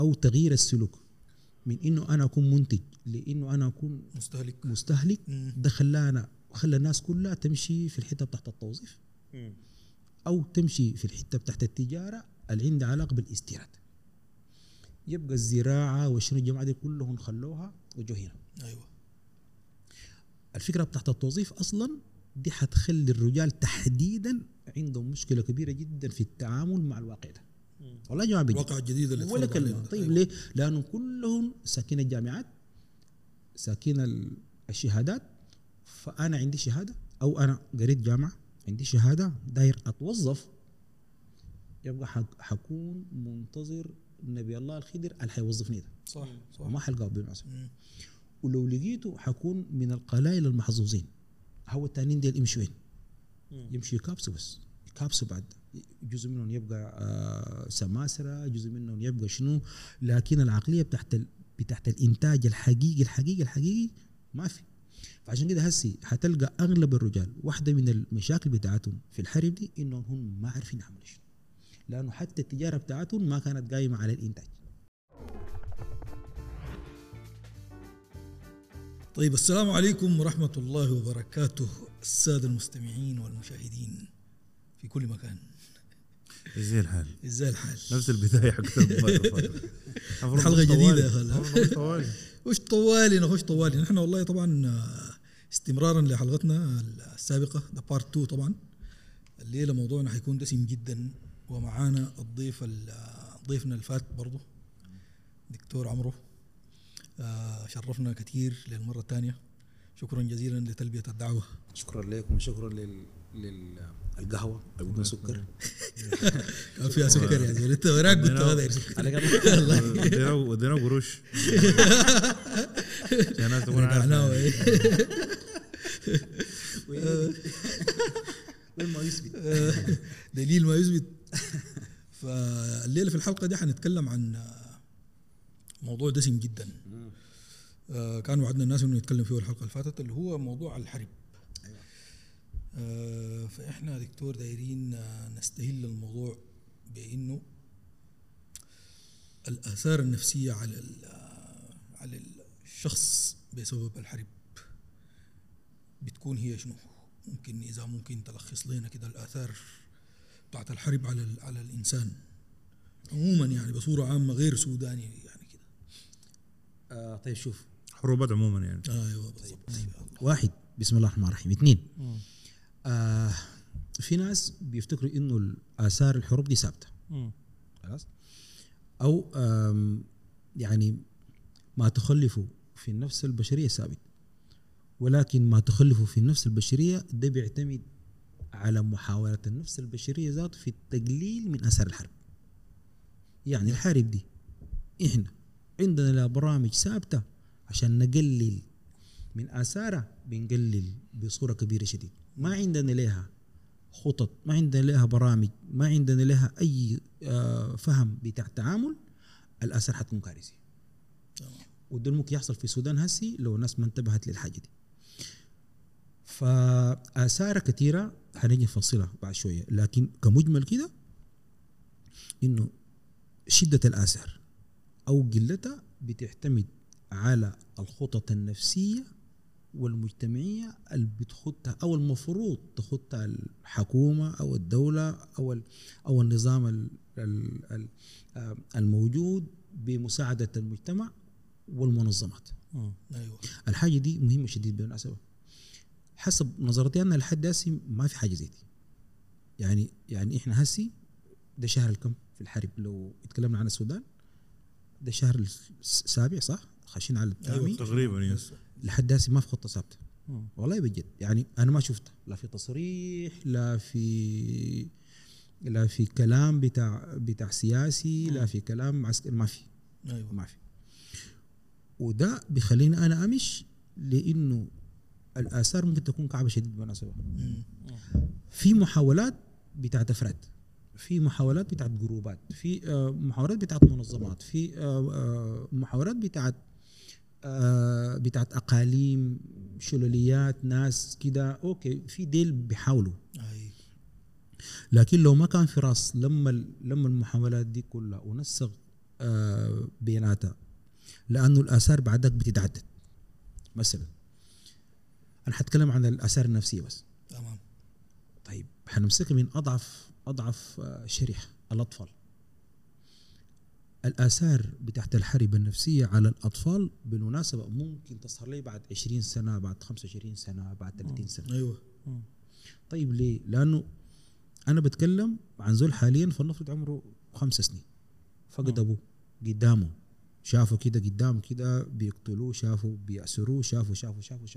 أو تغيير السلوك من إنه أنا أكون منتج لإنه أنا أكون مستهلك ده خلى الناس كلها تمشي في الحتة تحت التوظيف أو تمشي في الحتة تحت التجارة اللي عندها علاقة بالاستيراد. يبقى الزراعة وشنو الجماعة دي كلهم خلوها وجو هنا. أيوة. الفكرة تحت التوظيف أصلا دي حتخلي الرجال تحديدا عندهم مشكلة كبيرة جدا في التعامل مع الواقع ده. والله يا جماعة الواقع الجديد اللي ولا كلمة. طيب أيوة. ليه؟ لأنه كلهم ساكين الجامعات ساكين الشهادات. فأنا عندي شهادة أو أنا قريت جامعة عندي شهادة داير أتوظف، يبقى حكون منتظر نبي الله الخضر اللي حيوظفني ده. صح. وما حلقاه بالمناسبة. ولو لقيته حكون من القلائل المحظوظين. هو التانيين ديل يمشوا وين؟ يمشوا يكابسوا بس يكابسوا بعد. جزء منهم يبقى سماسرة، جزء منهم يبقى شنو، لكن العقلية بتاعت الإنتاج الحقيقي ما في. فعشان كده هسي حتلقى أغلب الرجال واحدة من المشاكل بتاعتهم في الحرب دي إنهم هم ما عارفين يعملوا شنو، لأنه حتى التجارة بتاعتهم ما كانت قايمة على الإنتاج. طيب السلام عليكم ورحمة الله وبركاته السادة المستمعين والمشاهدين في كل مكان. ازاي الحال؟ نفس البداية حق حلقة جديدة يا خال. وش طوالي نخش طوالي. نحن والله طبعا استمرارا لحلقتنا السابقة ده بارت 2. طبعا الليلة موضوعنا حيكون دسم جدا، ومعانا ضيفنا الفات برضو دكتور عمرو. شرفنا كثير للمرة الثانية. شكرا جزيلا لتلبية الدعوة. شكرا لكم وشكرا للقهوة بدون سكر. كان فيها سكر يا زلمة. انت وراك قلت هذا الله ودينا قروش يا ناس تكون وين ما يثبت دليل ما يثبت. فالليلة في الحلقة دي حنتكلم عن موضوع دسم جدا. كان وعدنا الناس انه نتكلم فيه الحلقة اللي فاتت، اللي هو موضوع الحرب. فإحنا دكتور دايرين نستهل الموضوع بأنه الآثار النفسية على الشخص بسبب الحرب بتكون هي شنو؟ ممكن تلخص لنا كده الآثار بتاعت الحرب على الإنسان عموما، يعني بصورة عامة غير سوداني يعني كده. طيب شوف، حروبات عموما يعني. ايوه بالضبط. واحد، بسم الله الرحمن الرحيم. اثنين، في ناس بيفتكروا انه الآثار الحروب دي ثابتة خلاص، او يعني ما تخلفه في النفس البشرية ثابت، ولكن ما تخلفه في النفس البشرية ده بيعتمد على محاولة النفس البشرية ذاته في التقليل من آثار الحرب. يعني الحرب دي احنا عندنا لها برامج ثابتة عشان نقلل من آثارها، بنقلل بصورة كبيرة شديد. ما عندنا لها خطط، ما عندنا لها برامج، ما عندنا لها أي فهم بتاع التعامل، الآثار حتكون كارثية. وده ممكن يحصل في السودان هسي لو الناس ما انتبهت للحاجة دي. فآثار كثيرة هنجي نفصلها بعد شوية، لكن كمجمل كده إنه شدة الآثار أو قلتها بتعتمد على الخطط النفسية والمجتمعية اللي بتخطها أو المفروض تخطها الحكومة أو الدولة أو النظام الموجود بمساعدة المجتمع والمنظمات. أيوة. الحاجة دي مهمة شديد بالمناسبة. حسب نظرتي أنا لحد هسي ما في حاجة زي دي. يعني إحنا هسي ده شهر الكم في الحرب، لو اتكلمنا عن السودان ده شهر السابع صح؟ خاشين على الثامن. أيوة تقريبا يس. لحد هسه ما في خطة ثابتة والله بجد. يعني أنا ما شفتها لا في تصريح لا في كلام بتاع سياسي لا في كلام عسكري، ما في. أيوة. ما في. وده بيخليني أنا أمش لأنه الآثار ممكن تكون كعبة شديد بالمناسبة. في محاولات بتاعت أفراد، في محاولات بتاعت جروبات، في محاولات بتاعت منظمات، في محاولات بتاعت أقاليم، شلوليات، ناس كده أوكي في ديل بيحاولوا. لكن لو ما كان في راس لما المحاولات دي كلها ونسق بيناتها، لانه الاثار بعدك بتتعدد. مثلا انا حتكلم عن الاثار النفسيه بس. تمام. طيب حنمسكها من اضعف شريحه، الاطفال. الآثار بتاعت الحرب النفسية على الأطفال بالمناسبة ممكن تصهر لي بعد 20 سنة، بعد 25 سنة، بعد 30 سنة. أيوة. طيب ليه؟ لأنه أنا بتكلم عن زول حاليا فلنفرض عمره 5 سنين، فقد أبوه قدامه، شافوا كده قدام كده بيقتلوه، شافوا بيأسروه، شافوا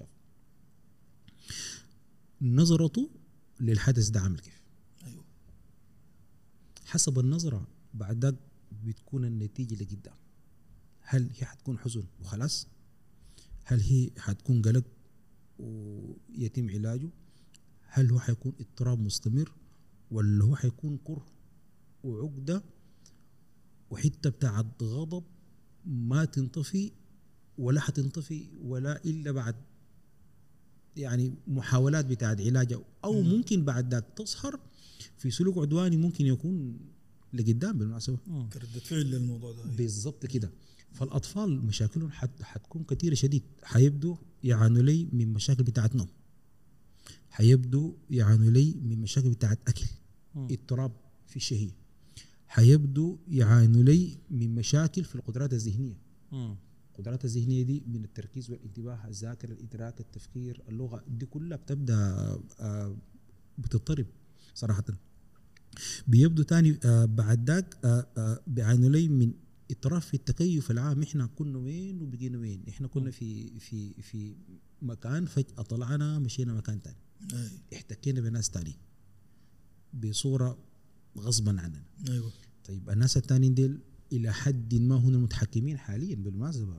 نظرته للحدث ده عامل كيف؟ أيوة. حسب النظرة بعد ذاك بتكون النتيجة اللي قدام. هل هي حتكون حزن وخلاص؟ هل هي حتكون قلق ويتم علاجه؟ هل هو حيكون اضطراب مستمر، ولا هو حيكون كره وعقدة وحتة بتاعت غضب ما تنطفي ولا حتنطفي ولا إلا بعد يعني محاولات بتاعت علاجه، أو ممكن بعد ذاك تظهر في سلوك عدواني ممكن يكون لقدام بالمناسبة كردة فعل للموضوع ده. بالضبط كده. فالأطفال مشاكلهم حتكون كثيرة شديد. حيبدوا يعانوا لي من مشاكل بتاعت نوم، حيبدوا يعانوا لي من مشاكل بتاعت أكل، اضطراب في الشهية، حيبدوا يعانوا لي من مشاكل في القدرات الذهنية. القدرات الذهنية دي من التركيز والانتباه، الذاكرة، الإدراك، التفكير، اللغة، دي كلها بتبدأ بتضطرب صراحة. بيبدو تاني بعد ذاك بيعانوا لي من اضطراب في التكيف العام. احنا كنا وين وبقينا وين؟ احنا كنا في مكان، فجأة طلعنا مشينا مكان تاني، احتكينا بناس تاني بصورة غصبا عننا. ايوه. طيب الناس التانيين ديل الى حد ما هم المتحكمين حاليا بالمناسبة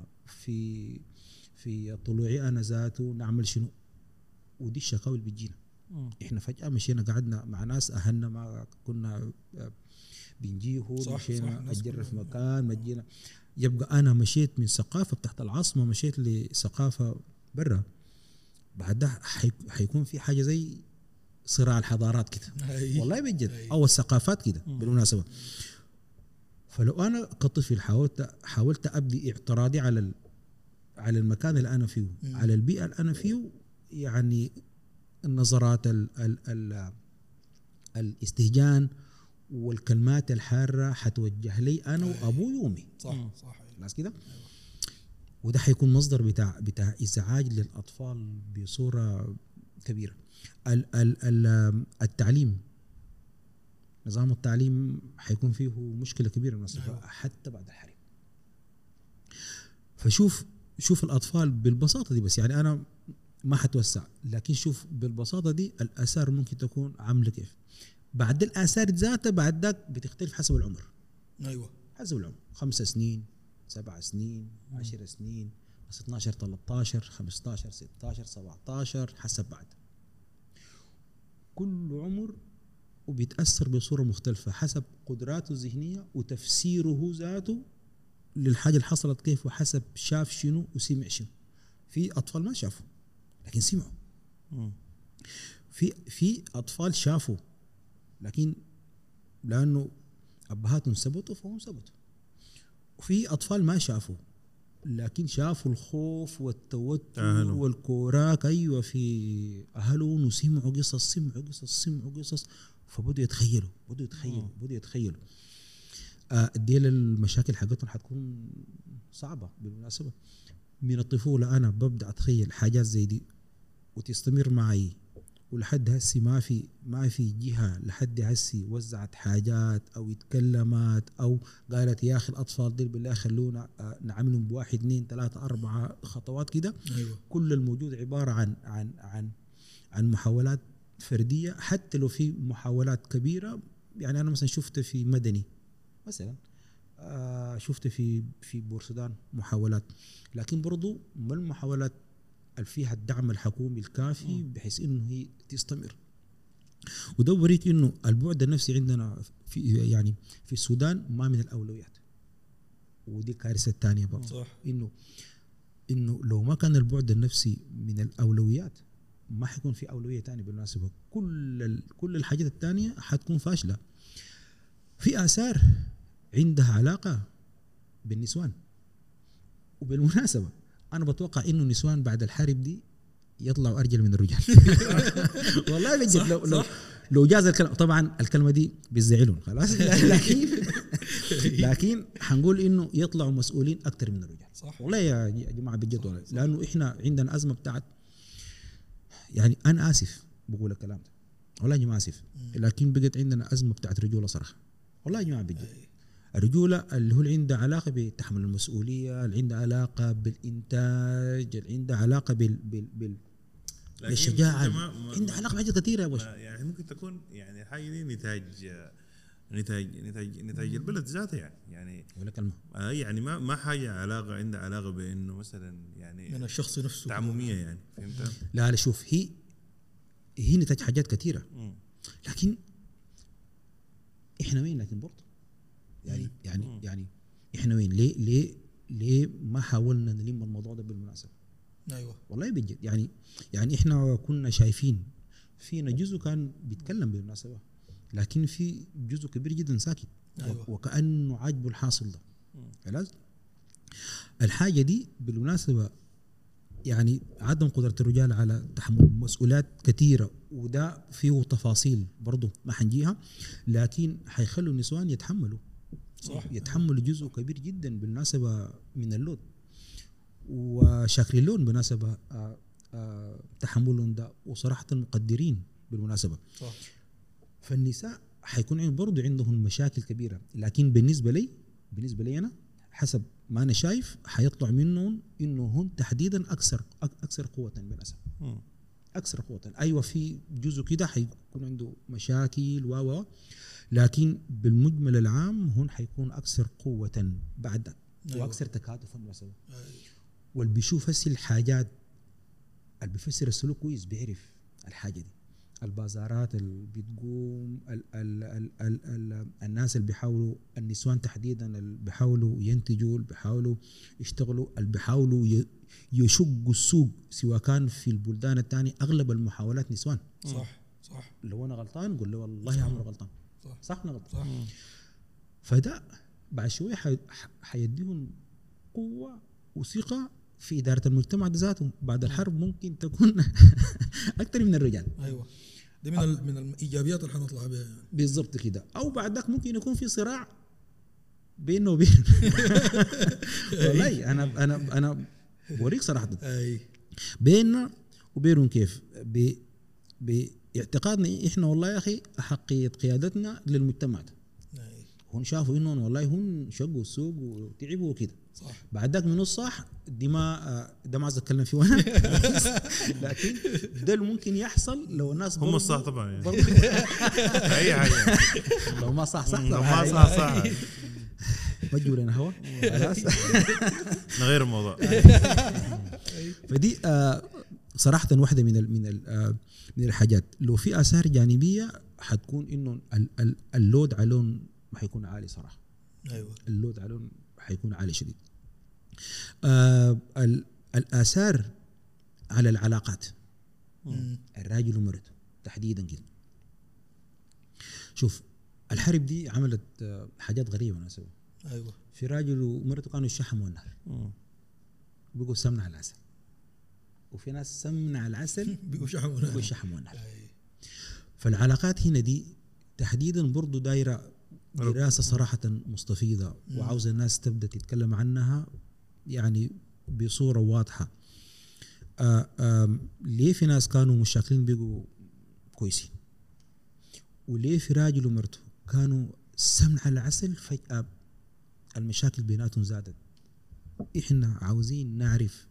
في طلوعي انا ذاته نعمل شنو، ودي الشكاوى اللي بتجينا. احنا فجأة مشينا قعدنا مع ناس اهلنا ما كنا بنجيهم، مشينا اجر في مكان، مجينا يبقى انا مشيت من ثقافة تحت العاصمة مشيت لثقافة برا. بعد ده حيكون في حاجة زي صراع الحضارات كده. والله بجد. او الثقافات كده بالمناسبة. فلو انا كطفل حاولت ابدي اعتراضي على المكان اللي انا فيه، على البيئة اللي انا فيه، يعني النظرات الاستهجان والكلمات الحارة حتوجه لي أنا وأبوي وأمي. صح ناس كده. وده حيكون مصدر بتاع إزعاج للأطفال بصورة كبيرة. التعليم، نظام التعليم حيكون فيه مشكلة كبيرة مثلا حتى بعد الحرب. فشوف الأطفال بالبساطة دي، بس يعني أنا ما حتوسع، لكن شوف بالبساطة دي الآثار ممكن تكون عاملة كيف. بعد الآثار ذاتها بعد ذاك بتختلف حسب العمر. أيوة. حسب العمر، 5 سنين، 7 سنين، 10 سنين، 12 13 15 16 17 حسب بعد. كل عمر وبيتأثر بصورة مختلفة حسب قدراته الذهنية وتفسيره ذاته للحاجة اللي حصلت كيف، وحسب شاف شنو وسمع شنو. في أطفال ما شافوا لكن سمعوا. في أطفال شافوا لكن لأنه أبهاتهم ثبتوا فهم ثبتوا. وفي أطفال ما شافوا لكن شافوا الخوف والتوتر والكوراك أيوة في أهلهم، وسمعوا قصص فبدوا يتخيلوا ديل المشاكل حقتهم حتكون صعبة بالمناسبة. من الطفولة أنا ببدأ أتخيل حاجات زي دي وتستمر معي، ولحد هسي ما في جهة لحد هسي وزعت حاجات أو اتكلمت أو قالت يا أخي الأطفال دي بالله خلونا نعملهم بواحد 2 3 4 خطوات كده. أيوة. كل الموجود عبارة عن محاولات فردية، حتى لو في محاولات كبيرة. يعني أنا مثلا شفت في مدني مثلا، شفت في بورسودان محاولات، لكن برضو ما المحاولات اللي فيها الدعم الحكومي الكافي بحيث انه هي تستمر. وده بوريك انه البعد النفسي عندنا في السودان ما من الاولويات، ودي الكارثه الثانيه برضه. صح. انه لو ما كان البعد النفسي من الاولويات ما حيكون في اولويه ثانيه بالمناسبه. كل الحاجات الثانيه حتكون فاشله. في آثار عندها علاقة بالنسوان. وبالمناسبه انا بتوقع انه النسوان بعد الحرب دي يطلعوا ارجل من الرجال. والله بجد لو جاز الكلام. طبعا الكلمه دي بيزعلون خلاص، لكن حنقول انه يطلعوا مسؤولين اكثر من الرجال. صح. والله يا جماعه بجد والله، لانه احنا عندنا ازمه بتاعت، يعني انا اسف بقول الكلام ده والله يا جماعه اسف، لكن بقت عندنا ازمه بتاعت رجوله صراحه والله يا جماعه بجد. الرجوله اللي هو اللي عندها علاقه بتحمل المسؤوليه، اللي عندها علاقه بالانتاج، اللي عندها علاقه بالشجاعه، عندها علاقه بحاجات كثيره يا باشا. يعني ممكن تكون يعني الحاجه دي نتاج البلد ذاته يعني ولا كلمه يعني ما حاجه عندها علاقه بانه مثلا يعني من الشخص نفسه تعمميه يعني، فهمت؟ لا شوف، هي نتاج حاجات كثيره، لكن احنا وين؟ لكن برضه يعني احنا وين؟ ليه ما حاولنا نلم الموضوع ده بالمناسبه؟ ايوه والله بجد يعني احنا كنا شايفين فينا جزء كان بيتكلم بالمناسبه، لكن في جزء كبير جدا ساكت. أيوة. وكأنه عاجبه الحاصل ده. خلاص الحاجه دي بالمناسبه يعني عدم قدره الرجال على تحمل مسؤوليات كثيره، وده فيه تفاصيل برضه ما حنجيها، لكن حيخلوا النسوان يتحملوا. صح. يتحملوا جزء كبير جدا بالمناسبه من اللود، وشاكرين لهم بالمناسبه تحملهم ده، وصراحه مقدرين بالمناسبه. صح. فالنساء حيكون برضو عندهم مشاكل كبيره، لكن بالنسبه لي انا حسب ما انا شايف حيطلع منهم انه هم تحديدا اكثر قوه بالمناسبه. اكثر قوه. ايوه في جزء كده حيكون عنده مشاكل لكن بالمجمل العام هم حيكون اكثر قوه بعد. أيوة. واكثر تكاتفا بالمناسبه. أيوة. واللي بيشوف هسه الحاجات اللي بيفسر السلوك كويس بيعرف الحاجه دي. البازارات اللي بتقوم، الناس اللي بيحاولوا، النسوان تحديدا اللي بيحاولوا ينتجوا، اللي بيحاولوا يشتغلوا، اللي بيحاولوا يشقوا السوق، سواء كان في البلدان الثانيه اغلب المحاولات نسوان. صح. لو انا غلطان قول له والله عمرو غلطان. صح انا غلطان. فده بعد شويه حيديهم قوه وثقه في إدارة المجتمع ذاته. بعد الحرب ممكن تكون أكثر من الرجال. أيوة دي من الإيجابيات اللي حنطلع بها يعني. بالضبط كده. أو بعد ذاك ممكن يكون في صراع بينه وبين والله أنا بوريك صراحة بيننا وبينهم كيف باعتقادنا إحنا والله يا أخي أحقية قيادتنا للمجتمع ده. هم شافوا إنهم والله هم شقوا السوق وتعبوا وكده. صح. بعد ذاك من الصح دي ما عايز اتكلم فيه وانا لكن ده اللي ممكن يحصل لو الناس هم الصح طبعا يعني. اي حاجه لو ما صح لو ما صح ما تجوا لنا هوا خلاص نغير الموضوع. فدي صراحه واحده من الحاجات لو في اثار جانبيه حتكون انه اللود عليهم حيكون عالي صراحه. ايوه اللود عليهم حيكون عالي شديد. الآثار على العلاقات الراجل ومرته تحديدا كده. شوف الحرب دي عملت حاجات غريبة مناسبة. أيوة. في راجل ومرته كانوا يشحموا النار بيقوا سمنة على العسل، وفي ناس سمنة على العسل بيقوا يشحموا النار. فالعلاقات هنا دي تحديدا برضو دايرة دراسة صراحة مستفيضة وعاوز الناس تبدأ تتكلم عنها يعني بصورة واضحة. ليه في ناس كانوا مشاكلين بيقوا كويسين، وليه في راجل ومرته كانوا سمن على العسل فجأة المشاكل بيناتهم زادت. إحنا عاوزين نعرف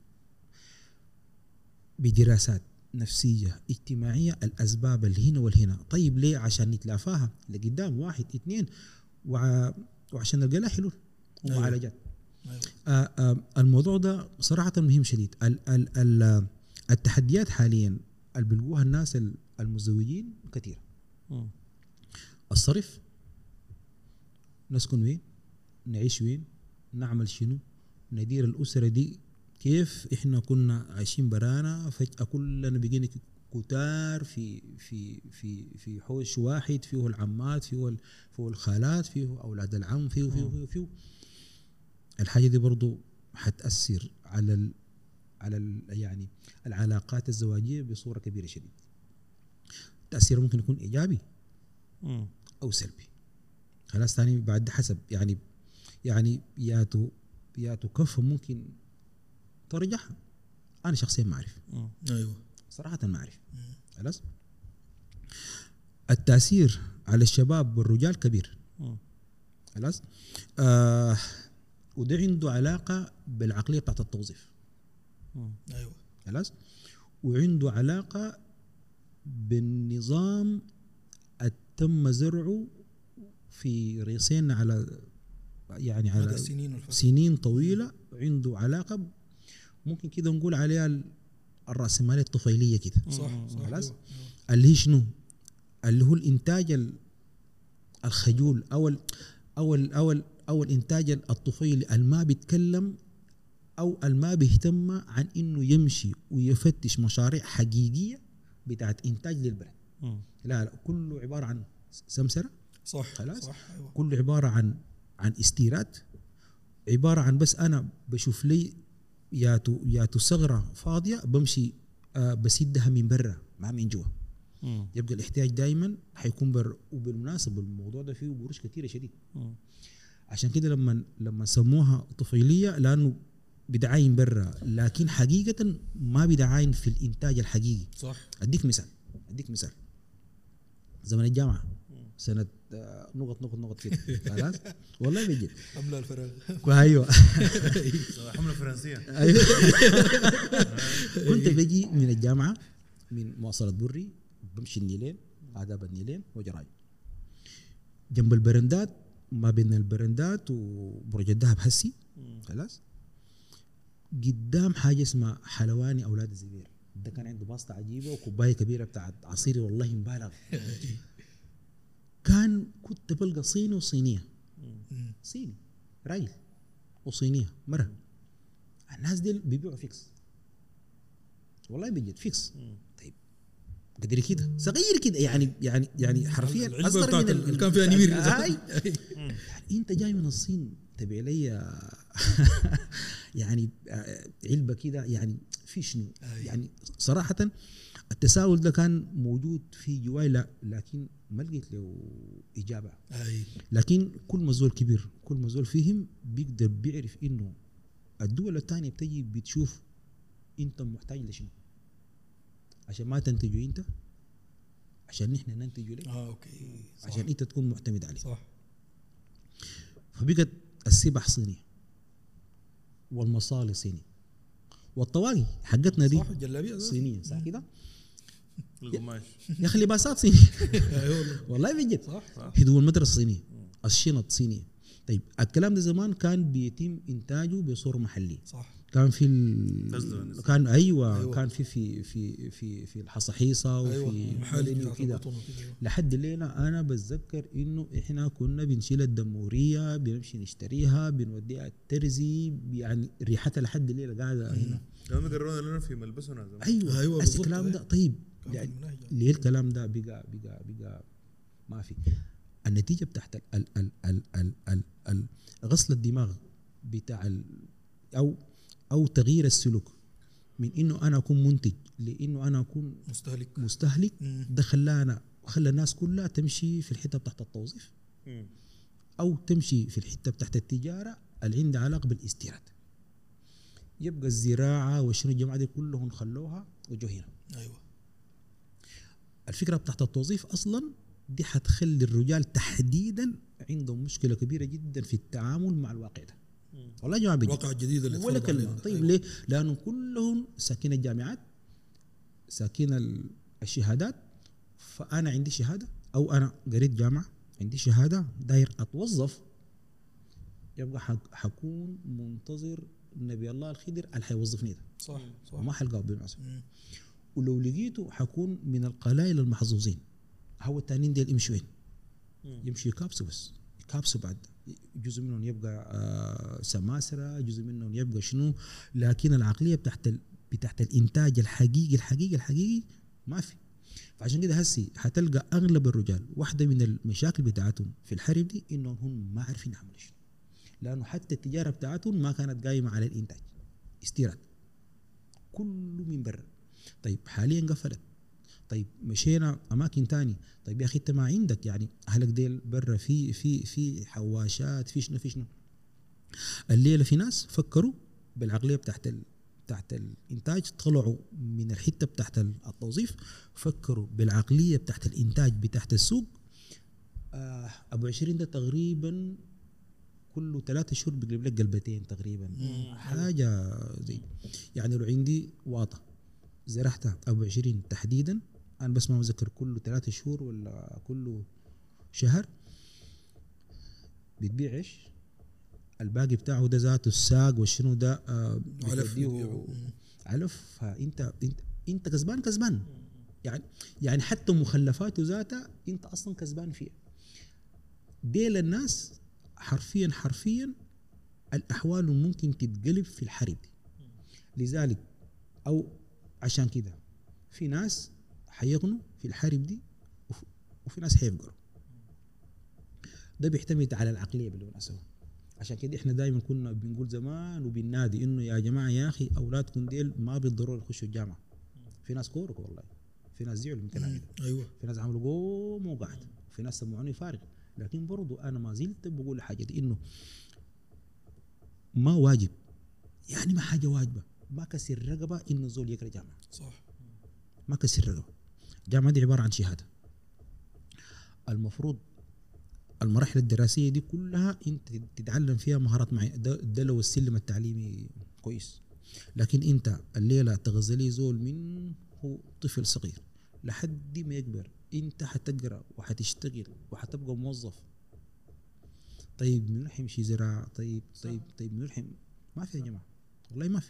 بدراسات نفسية اجتماعية الأسباب اللي هنا والهنا. طيب ليه؟ عشان نتلافاها لقدام 1 2 وعشان نلقى لها حلول ومعالجات. الموضوع ده صراحة مهم شديد. التحديات حاليا اللي بيلقوها الناس المزوجين كثيرة. الصرف، نسكن وين، نعيش وين، نعمل شنو، ندير الأسرة دي كيف. احنا كنا عايشين برانا فجأة كلنا بقينا كتار في حوش واحد، فيه العمات، فيه الخالات، فيه أولاد العم، فيه الحاجة دي برضو حتأثر على يعني العلاقات الزواجية بصورة كبيرة شديد. تأثيره ممكن يكون إيجابي أو سلبي. خلاص ثاني بعد حسب يعني ياتو كفه ممكن ترجعها. أنا شخصيا ما أعرف. أيوة صراحة ما أعرف. خلاص التأثير على الشباب والرجال كبير. خلاص وده عنده علاقة بالعقلية بتاعت التوظيف. أيوة خلاص وعنده علاقة بالنظام تم زرعه في ريسين على يعني على سنين طويلة. عنده علاقة ممكن كده نقول عليها الرأسمالية الطفيلية كده. صح خلاص اللي هي شنو؟ اللي هو الإنتاج الخجول أو الإنتاج الطفيلي الما بيتكلم أو الما بيهتم عن إنه يمشي ويفتش مشاريع حقيقية بتاعت إنتاج للبلد. لا كله عبارة عن سمسرة. صح خلاص صح أيوة. كله عبارة عن استيراد. عبارة عن بس أنا بشوف لي ياتو ثغرة فاضية بمشي بسدها من برا ما من جوا. يبقى الاحتياج دائما حيكون برا. وبالمناسبة الموضوع ده فيه قروش كثيرة شديد. عشان كده لما سموها طفيلية لأنه بدعاين برا لكن حقيقة ما بدعاين في الإنتاج الحقيقي. صح. أديك مثال زمن الجامعة سنة نقط كده. خلاص والله بيجي أملا الفراغ. أيوة حملة فرنسية. أيوة كنت بيجي من الجامعة من مواصلة بري بمشي النيلين آداب النيلين وجراي جنب البرندات ما بين البرندات وبرج الذهب هسي. خلاص قدام حاجة اسمها حلواني أولاد الزبير. ده كان عنده باسطة عجيبة وكوباية كبيرة بتاعت عصير والله مبالغ. كنت بلقى صيني وصينية. صيني راجل وصينية مرة. الناس دي بيبيعوا فيكس والله بيجد فيكس. طيب قدر كده صغير كده يعني حرفيا أصغر من اللي كان فيها نمير. يعني انت جاي من الصين تبيع لي يعني علبة كده يعني في شنو. يعني صراحة التساؤل ده كان موجود في جواي لكن ما لقيت له إجابة. لكن كل ما زول كبير كل ما زول فيهم بيقدر بيعرف إنه الدول الثانية بتجي بتشوف أنت محتاج لشنو عشان ما تنتجوا أنت عشان نحن ننتجوا لك. أوكي. عشان أنت تكون معتمد عليه. صح. فبقت السبح صينية والمصالي صيني والطواقي حقتنا دي صينية صح كده. القماش يا أخي لباسات صينية. والله بجد. هدوء المدرسة صينية الشنط صينية. طيب الكلام ده زمان كان بيتم إنتاجه بصورة محلية. صح. كان في كان أيوة كان في الحصحيصة وفي محل وكده. لحد الليلة أنا بتذكر إنه إحنا كنا بنشيل الدمورية بنمشي نشتريها بنوديها الترزي يعني ريحتها لحد الليلة قاعدة هنا. كانوا قرونا لنا في ملبسنا زمان. أيوة بس الكلام ده طيب يعني ليه الكلام ده بقى ما في. النتيجة بتاعت غسل الدماغ بتاع أو تغيير السلوك من إنه أنا أكون منتج لإنه أنا أكون مستهلك. ده خلى الناس كلها تمشي في الحتة بتاعت التوظيف أو تمشي في الحتة بتاعت التجارة اللي عندها علاقة بالاستيراد. يبقى الزراعة وشنو الجماعة دي كلهم خلوها وجو هنا. أيوة. الفكرة بتاعت التوظيف أصلا دي حتخلي الرجال تحديدا عندهم مشكلة كبيرة جدا في التعامل مع الواقع ده. والله يا جماعة الواقع الجديد اللي ولا كلمة. طيب أيوة. ليه؟ لأنهم كلهم ساكين الجامعات ساكين الشهادات. فأنا عندي شهادة أو أنا قريت جامعة عندي شهادة داير أتوظف يبقى حكون منتظر نبي الله الخضر اللي حيوظفني ده. صح. وما حلقاه بالمناسبة. ولو لقيته حكون من القلائل المحظوظين. هو التانيين ديل يمشوا وين؟ يمشوا يكابسوا بس يكابسوا بعد جزء منهم يبقى سماسرة جزء منهم يبقى شنو. لكن العقلية بتاعت الإنتاج الحقيقي ما في. فعشان كده هسي حتلقى أغلب الرجال واحدة من المشاكل بتاعتهم في الحرب دي إنهم هم ما عارفين يعملوا شنو. لانه حتى التجاره بتاعتهم ما كانت قايمه على الانتاج، استيراد كله من برا. طيب حاليا قفلت، طيب مشينا اماكن تاني، طيب يا اخي انت ما عندك يعني اهلك ديل برا في حواشات في شنو. الليله في ناس فكروا بالعقليه بتاعت الانتاج، طلعوا من الحته بتاعت التوظيف، فكروا بالعقليه بتاعت الانتاج بتاعت السوق. ابو 20 ده تقريبا كله 3 شهور بيقلب لك قلبتين تقريبا، حاجه زي يعني. لو عندي واطه زرعتها ابو 20 تحديدا، انا بس ما بذكر كله 3 شهور ولا كله شهر، بتبيع ايش؟ الباقي بتاعه ده ذاته الساق والشنو ده بتوديه علف. فانت كسبان يعني حتى مخلفاته ذاتها انت اصلا كسبان فيها. ديل الناس حرفيا الاحوال ممكن تتقلب في الحرب دي. لذلك او عشان كده في ناس حيغنوا في الحرب دي وفي ناس حيفقروا. ده بيعتمد على العقليه بالمناسبه. عشان كده احنا دائما كنا بنقول زمان وبالنادي انه يا جماعه يا اخي اولادكم ديل ما بالضروره يخشوا الجامعه. في ناس كورك والله، في ناس زعلوا من كلامي ده، ايوه، في ناس عملوا قوم وقعد، في ناس سمعوني فارغ. لكن برضو انا ما زلت بقول الحاجه دي انه ما واجب، يعني ما حاجه واجبه. ما كسر رقبه انه زول يقرا جامعه، صح، ما كسر رقبه. الجامعه دي عباره عن شهاده، المفروض المراحل الدراسيه دي كلها انت تتعلم فيها مهارات معينه. ده لو السلم التعليمي كويس. لكن انت الليله تغزلي زول من هو طفل صغير لحد ما يكبر، انت حتقرا وحتشتغل وحتبقى موظف. طيب من حيمشي زراعه؟ طيب من ما في يا جماعه، والله ما في.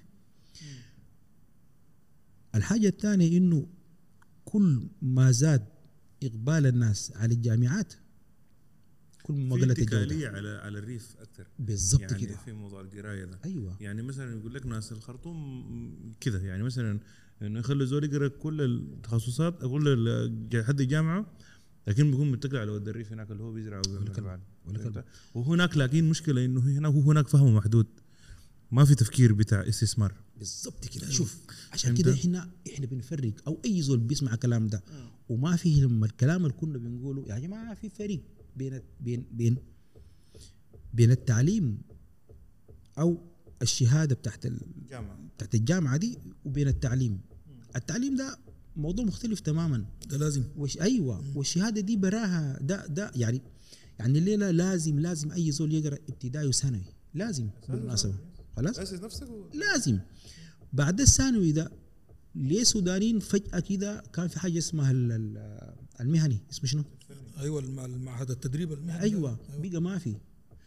الحاجه الثانيه انه كل ما زاد اقبال الناس على الجامعات كل ما قلت الجوده على الريف اكثر بالضبط يعني كده في موضوع القرايه ده. ايوه، يعني مثلا يقول لك ناس الخرطوم كده، يعني مثلا انه يخلي زول يقرا كل التخصصات كل حد الجامعه، لكن بيكون متكل على ود الريف هناك اللي هو بيزرع وهناك. لكن مشكله انه هناك فهمه محدود، ما في تفكير بتاع استثمار. بالضبط كده. شوف عشان كده احنا بنفرق، او اي زول بيسمع الكلام ده وما فيه لما الكلام اللي كنا بنقوله يا جماعه في فريق بين التعليم او الشهاده بتاعت الجامعه دي وبين التعليم. التعليم ده موضوع مختلف تماما، ده لازم ايوه. والشهاده دي براها ده يعني الليله لازم اي زول يقرا ابتدائي وثانوي، لازم بالمناسبه. خلاص لازم. بعد الثانوي ده ليه سودانيين فجأة كده كان في حاجة اسمها المهني، اسمه شنو؟ ايوه المعهد التدريب المهني. أيوة. بقى ما في،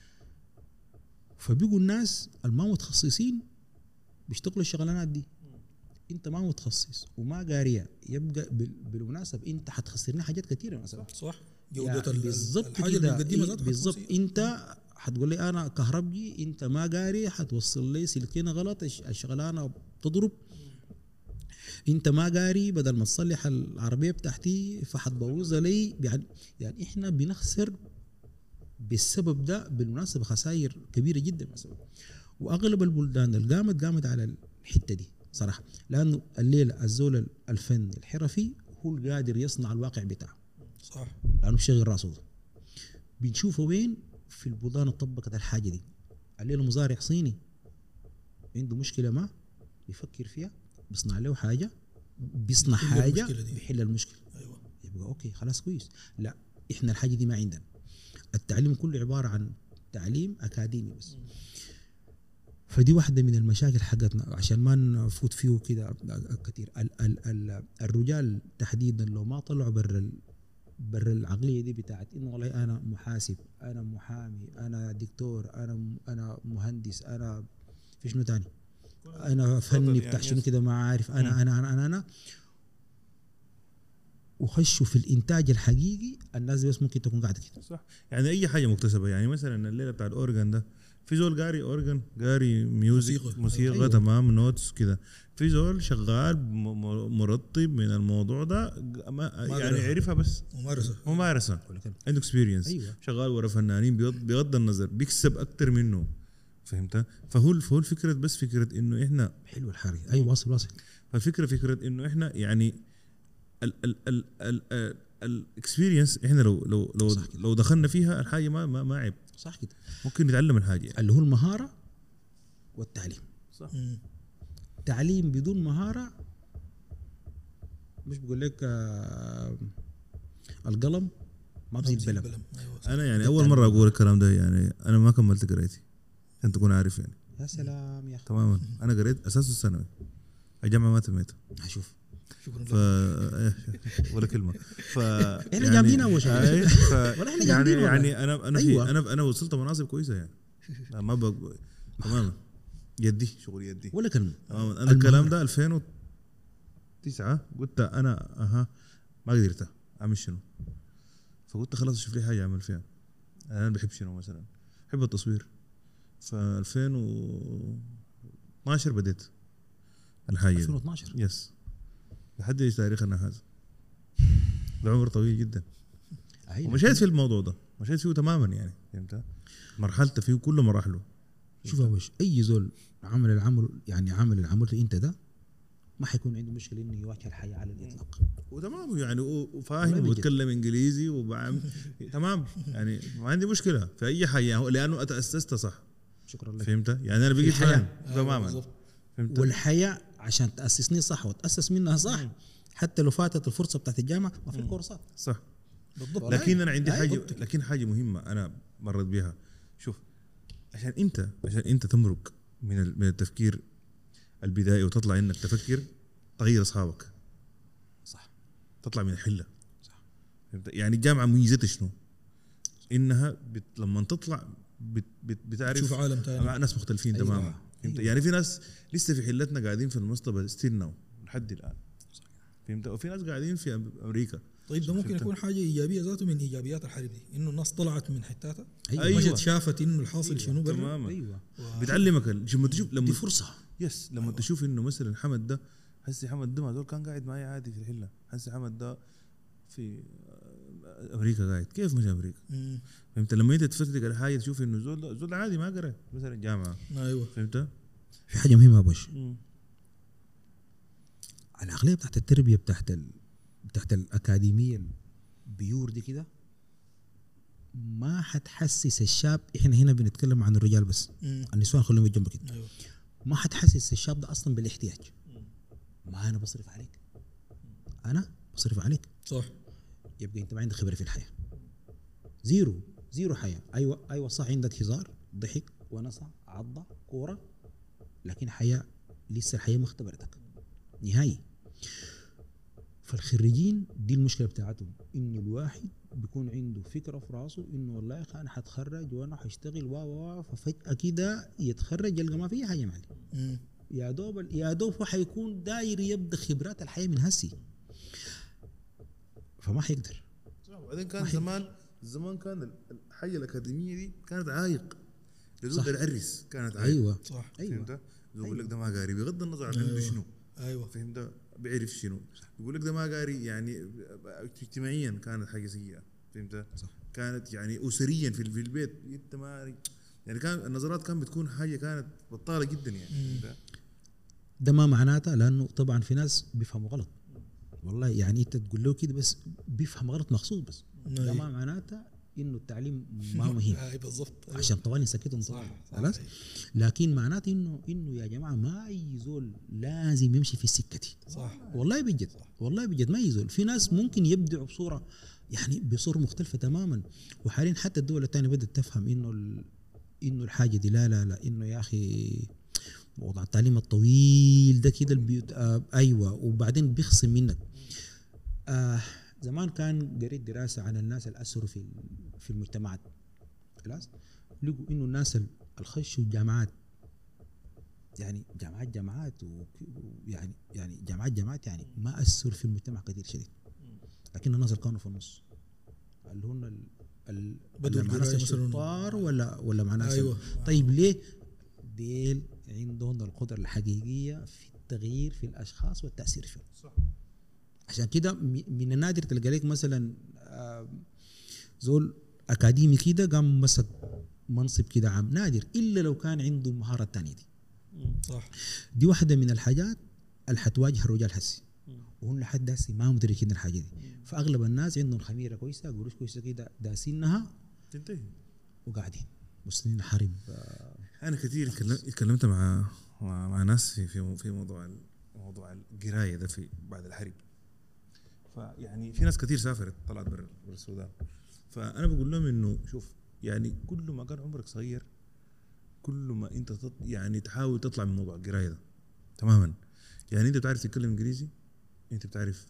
فبقوا الناس الما متخصصين بيشتغلوا الشغلانات دي. انت ما متخصص وما قاريه، يبقى بالمناسبة انت حتخسرني حاجات كثيرة مثلا. صح، جودة بالضبط كده. بالضبط انت حتقول لي انا كهربجي، انت ما قاري، حتوصل لي سلكين غلط، الشغلانه بتضرب. انت ما قاري، بدل ما تصلح العربيه بتاعتي فحتبوظها لي. يعني احنا بنخسر بالسبب ده بالمناسبه خسائر كبيره جدا مثلا. واغلب البلدان اللي قامت على الحته دي صراحه، لانه الليله الزول الفن الحرفي هو القادر يصنع الواقع بتاعه. صح، لانه بشغل راسه. بنشوفه وين؟ في البلدان اللي طبقت الحاجه دي. الليله مزارع صيني عنده مشكله ما بيفكر فيها، بيصنع له حاجه، بيصنع حاجه بيحل المشكله. ايوه، يبقى اوكي خلاص كويس. لا احنا الحاجه دي ما عندنا. التعليم كله عباره عن تعليم اكاديمي بس. فدي واحده من المشاكل حقتنا عشان ما نفوت فيه كده كثير. الرجال تحديدا لو ما طلعوا برا العقليه دي بتاعت انه والله انا محاسب، انا محامي، انا دكتور، انا مهندس، انا في شنو تاني، انا فني بتاع شنو كده ما عارف، انا وخشوا في الانتاج الحقيقي. الناس بس ممكن تكون قاعده كده. صح، يعني اي حاجه مكتسبه. يعني مثلا الليله بتاع الاورجان ده في زول قاري اورجن، قاري موسيقى تمام، نوتس كده. في زول شغال مرطب من الموضوع ده، يعني عرفها بس ممارسه عنده اكسبيرينس. أيوة. شغال ورا فنانين بغض النظر بيكسب اكتر منه، فهمت؟ فهو الفكره بس فكره انه احنا حلو الحاجه. ايوه واصل. فالفكره فكره انه احنا يعني الاكسبيرينس احنا لو دخلنا فيها الحاجه ما عيب، صح كده، ممكن نتعلم الحاجه يعني. اللي هو المهاره والتعليم. صح. تعليم بدون مهاره مش بقول لك القلم ما بزيد بلم. أيوة. انا يعني اول مره اقول الكلام ده، يعني انا ما كملت قرايتي عشان تكون عارف يعني. يا سلام يا اخي. تماما انا قريت اساس الثانوي، الجامعه ما تميتها. هشوف. شكرا ولا كلمه. احنا جامدين اول شيء. ولا احنا جامدين يعني انا أيوة. انا وصلت مناصب كويسه يعني. ما تماما يدي شغل يدي ولا كلمه. تماما. انا الكلام ده 2009 قلت انا ما قدرت اعمل شنو، فقلت خلاص اشوف لي حاجه اعمل فيها. انا بحب شنو مثلا، بحب التصوير. ف 2012 بديت الحاجه 2012 يس لحد ايش تاريخنا هذا. ده عمر طويل جدا. ومشيت في الموضوع ده، مشيت فيه تماما يعني، فهمت؟ مرحلته فيه كل مراحله. شوف وش اي زول عمل العمل يعني عمل العمل انت ده ما حيكون عنده مشكله انه يواجه الحياه على الاطلاق. وتمام يعني وفاهم وبتكلم انجليزي وبعمل تمام يعني ما عندي مشكله في اي حاجه لانه اتاسست صح. شكرا لك. فهمت يعني انا بقيت فاهم تماما. فهمت. والحياه عشان تاسسني صح وتاسس منها صح حتى لو فاتت الفرصه بتاعت الجامعه ما في كورسات صح بالضبط. لكن انا عندي حاجه، لكن حاجه مهمه انا مرت بها. شوف عشان انت تمرق من التفكير البدائي وتطلع انك تفكر تغير اصحابك. صح. تطلع من الحله. صح. يعني الجامعه ميزتها شنو؟ انها لما تطلع بتعرف تشوف عالم ثاني، ناس مختلفين. أيوة. تماما. أيوة. يعني في ناس لسه في حلتنا قاعدين في المصطبه ستيل لحد الان. فهمت؟ وفي ناس قاعدين في امريكا. طيب ده ممكن يكون حاجه ايجابيه ذاته من ايجابيات الحرب دي، انه الناس طلعت من حتاتها. أيوة. مشت شافت انه الحاصل. أيوة. شنو برا. تماما. أيوة. بتعلمك لما تشوف دي فرصه. يس لما أيوة. تشوف انه مثلا حمد ده، حسي حمد ده ما زول كان قاعد معي عادي في الحله، حسي حمد ده في امريكا قاعد، كيف مش امريكا؟ فهمت؟ لما انت تفتك على حاجه تشوف انه زول عادي ما قرا مثلا جامعه. ايوه. فهمت؟ في حاجه مهمه بوش، العقليه بتاعت التربيه بتاعت الاكاديميه البيور دي كده ما حتحسس الشاب. احنا هنا بنتكلم عن الرجال بس. النسوان خليهم جنب كده. أيوة. ما حتحسس الشاب ده اصلا بالاحتياج. ما انا بصرف عليك، انا بصرف عليك. صح. يبقى انت ما عندك خبره في الحياه. زيرو حياه. ايوه صح، عندك هزار ضحك ونصه عضه كوره، لكن حياه لسه الحياه ما اختبرتك نهائي. فالخريجين دي المشكله بتاعتهم، انه الواحد بيكون عنده فكره في راسه انه والله انا حتخرج وانا حاشتغل ففجاه كده يتخرج يلقى ما في حاجه معلم. يا دوب هو حيكون داير يبدا خبرات الحياه من هسي، فما حيقدر. وبعدين كان زمان كان الحياه الاكاديميه دي كانت عايق لزود العرس، كانت عايق. ايوه صح. فهمت؟ يقول لك ده ما قاري بغض النظر عن عنده شنو. ايوه. فهمت؟ بيعرف شنو. يقول لك ده ما قاري، يعني اجتماعيا كانت حاجه سيئه. فهمت؟ صح. كانت يعني اسريا في البيت انت ما يعني كان النظرات كان بتكون حاجه كانت بطاله جدا يعني. ده ما معناته، لانه طبعا في ناس بيفهموا غلط والله، يعني انت تقول له كده بس بيفهم غلط مخصوص بس. ده ما معناته انه التعليم ما مهم. بالضبط. عشان طوالي نسكتهم خلاص. لكن معناته انه يا جماعه ما اي زول لازم يمشي في السكه دي. صح. والله بجد. والله بجد ما اي زول. في ناس ممكن يبدعوا بصوره يعني بصوره مختلفه تماما. وحاليا حتى الدول الثانيه بدات تفهم انه الحاجه دي لا انه يا اخي موضوع التعليم الطويل ده كده البيوت ايوه، وبعدين بيخصم منك. زمان كان قريت دراسه عن الناس الاسروا في المجتمعات، خلاص لقوا انه الناس الخشوا الجامعات، يعني جامعات ويعني جامعات يعني ما اثروا في المجتمع كثير شديد. لكن الناس اللي كانوا في النص اللي هم بدوا مع ناس الشطار ولا مع ناس طيب ليه ديل عندهم القدرة الحقيقية في التغيير في الأشخاص والتأثير فيهم صح. عشان كده من النادر تلقى لك مثلا زول أكاديمي كده قام مسك منصب كده عام، نادر إلا لو كان عنده المهارة الثانية دي صح. دي واحدة من الحاجات اللي حتواجه الرجال هسي وهم لحد هسي ما مدركين الحاجة دي. فأغلب الناس عندهم خميرة كويسة قروش كويسة كده داسينها تنتهي وقاعدين مسلمين حرب. أنا كثير اتكلمت مع ناس في موضوع القراية ده في بعد الحرب. فيعني في ناس كثير سافرت طلعت برا السودان، فأنا بقول لهم إنه شوف يعني كل ما كان عمرك صغير كل ما أنت يعني تحاول تطلع من موضوع القراية ده تماما. يعني أنت بتعرف تتكلم إنجليزي، أنت بتعرف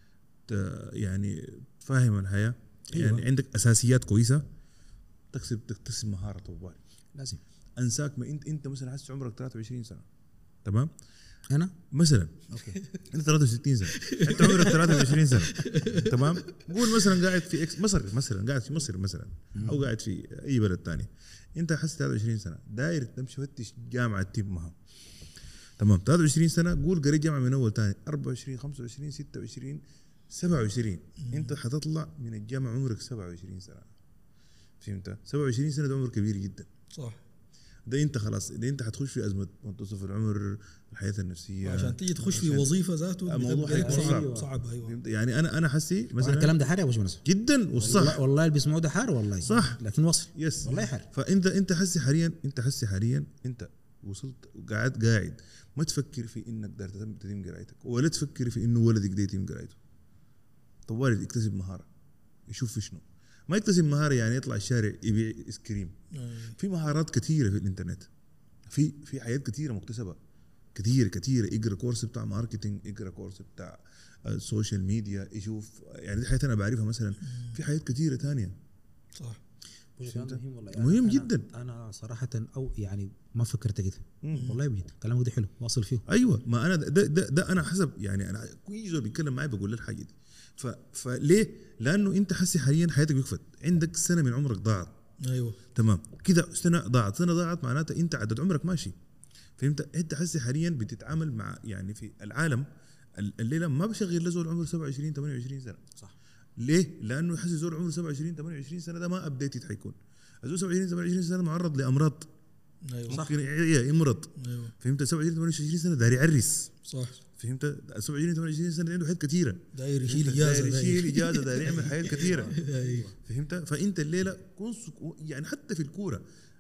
يعني فاهم الحياة، يعني عندك أساسيات كويسة، تكتسب مهارة طوال لازم. أنساك ما أنت مثلا حاسس عمرك 23 سنة تمام، أنا مثلا أوكي انت 63 سنه انت عمرك 23 سنه تمام، قول مثلا قاعد في اكس مصر مثلا، قاعد في مصر مثلا او قاعد في اي بلد ثاني، انت حاسس 23 سنه داير تمشي فتش جامعه تجيب معها تمام. 23 سنه قول قريت جامعه من اول ثاني، 24 25 26 27 انت حتطلع من الجامعه عمرك 27 سنه. فهمت؟ 27 سنه ده عمر كبير جدا صح. ده انت خلاص، ده انت حتخش في ازمه منتصف العمر، الحياه النفسيه، عشان تيجي تخش في وظيفه ذاته الموضوع صعب. ايوه يعني انا حسي مثلا الكلام ده حار يا باشمهندس جدا والصح والله اللي بيسمعوه ده حار والله صح، لكن وصل يس والله حار. فانت حسي حاليا انت وصلت قاعد ما تفكر في انك دار تتم قرايتك ولا تفكر في انه ولدك ده يتم قرايته. طوالي يكتسب مهاره، يشوف في شنو، ما يكتسب مهاره يعني يطلع الشارع يبيع ايس كريم. في مهارات كثيره في الانترنت، في حاجات كثيره مكتسبه كثيره. اقرا كورس بتاع ماركتينج، اقرا كورس بتاع السوشيال ميديا، يشوف يعني دي حاجات انا بعرفها مثلا. في حاجات كثيره تانية صح. مهم والله مهم جدا. انا صراحه او يعني ما فكرت كده والله بجد كلامك ده حلو واصل فيه. ايوه ما انا ده انا حسب يعني انا كل زول بيتكلم معي بقول له الحاجه دي. فليه؟ لانه انت حسي حاليا حياتك وقفت، عندك سنه من عمرك ضاعت. ايوه تمام كده، سنه ضاعت معناتها انت عدد عمرك ماشي. فهمت؟ انت حسي حاليا بتتعامل مع يعني في العالم الليله ما بشغل لزول عمره 27 28 سنه. صح. ليه؟ لانه حسي زول عمره 27 28 سنه ده ما ابديتد حيكون. الزول 27 28 سنه معرض لامراض. ايوه ممكن يمرض. ايوه فهمت؟ 27 28 سنه داري يعرس. صح. فهمت؟ 27 28 سنه عنده حاجات كثيره، داير يشيل اجازه داير يعمل حاجات كثيره. فهمت؟ فانت الليله يعني حتى في الكوره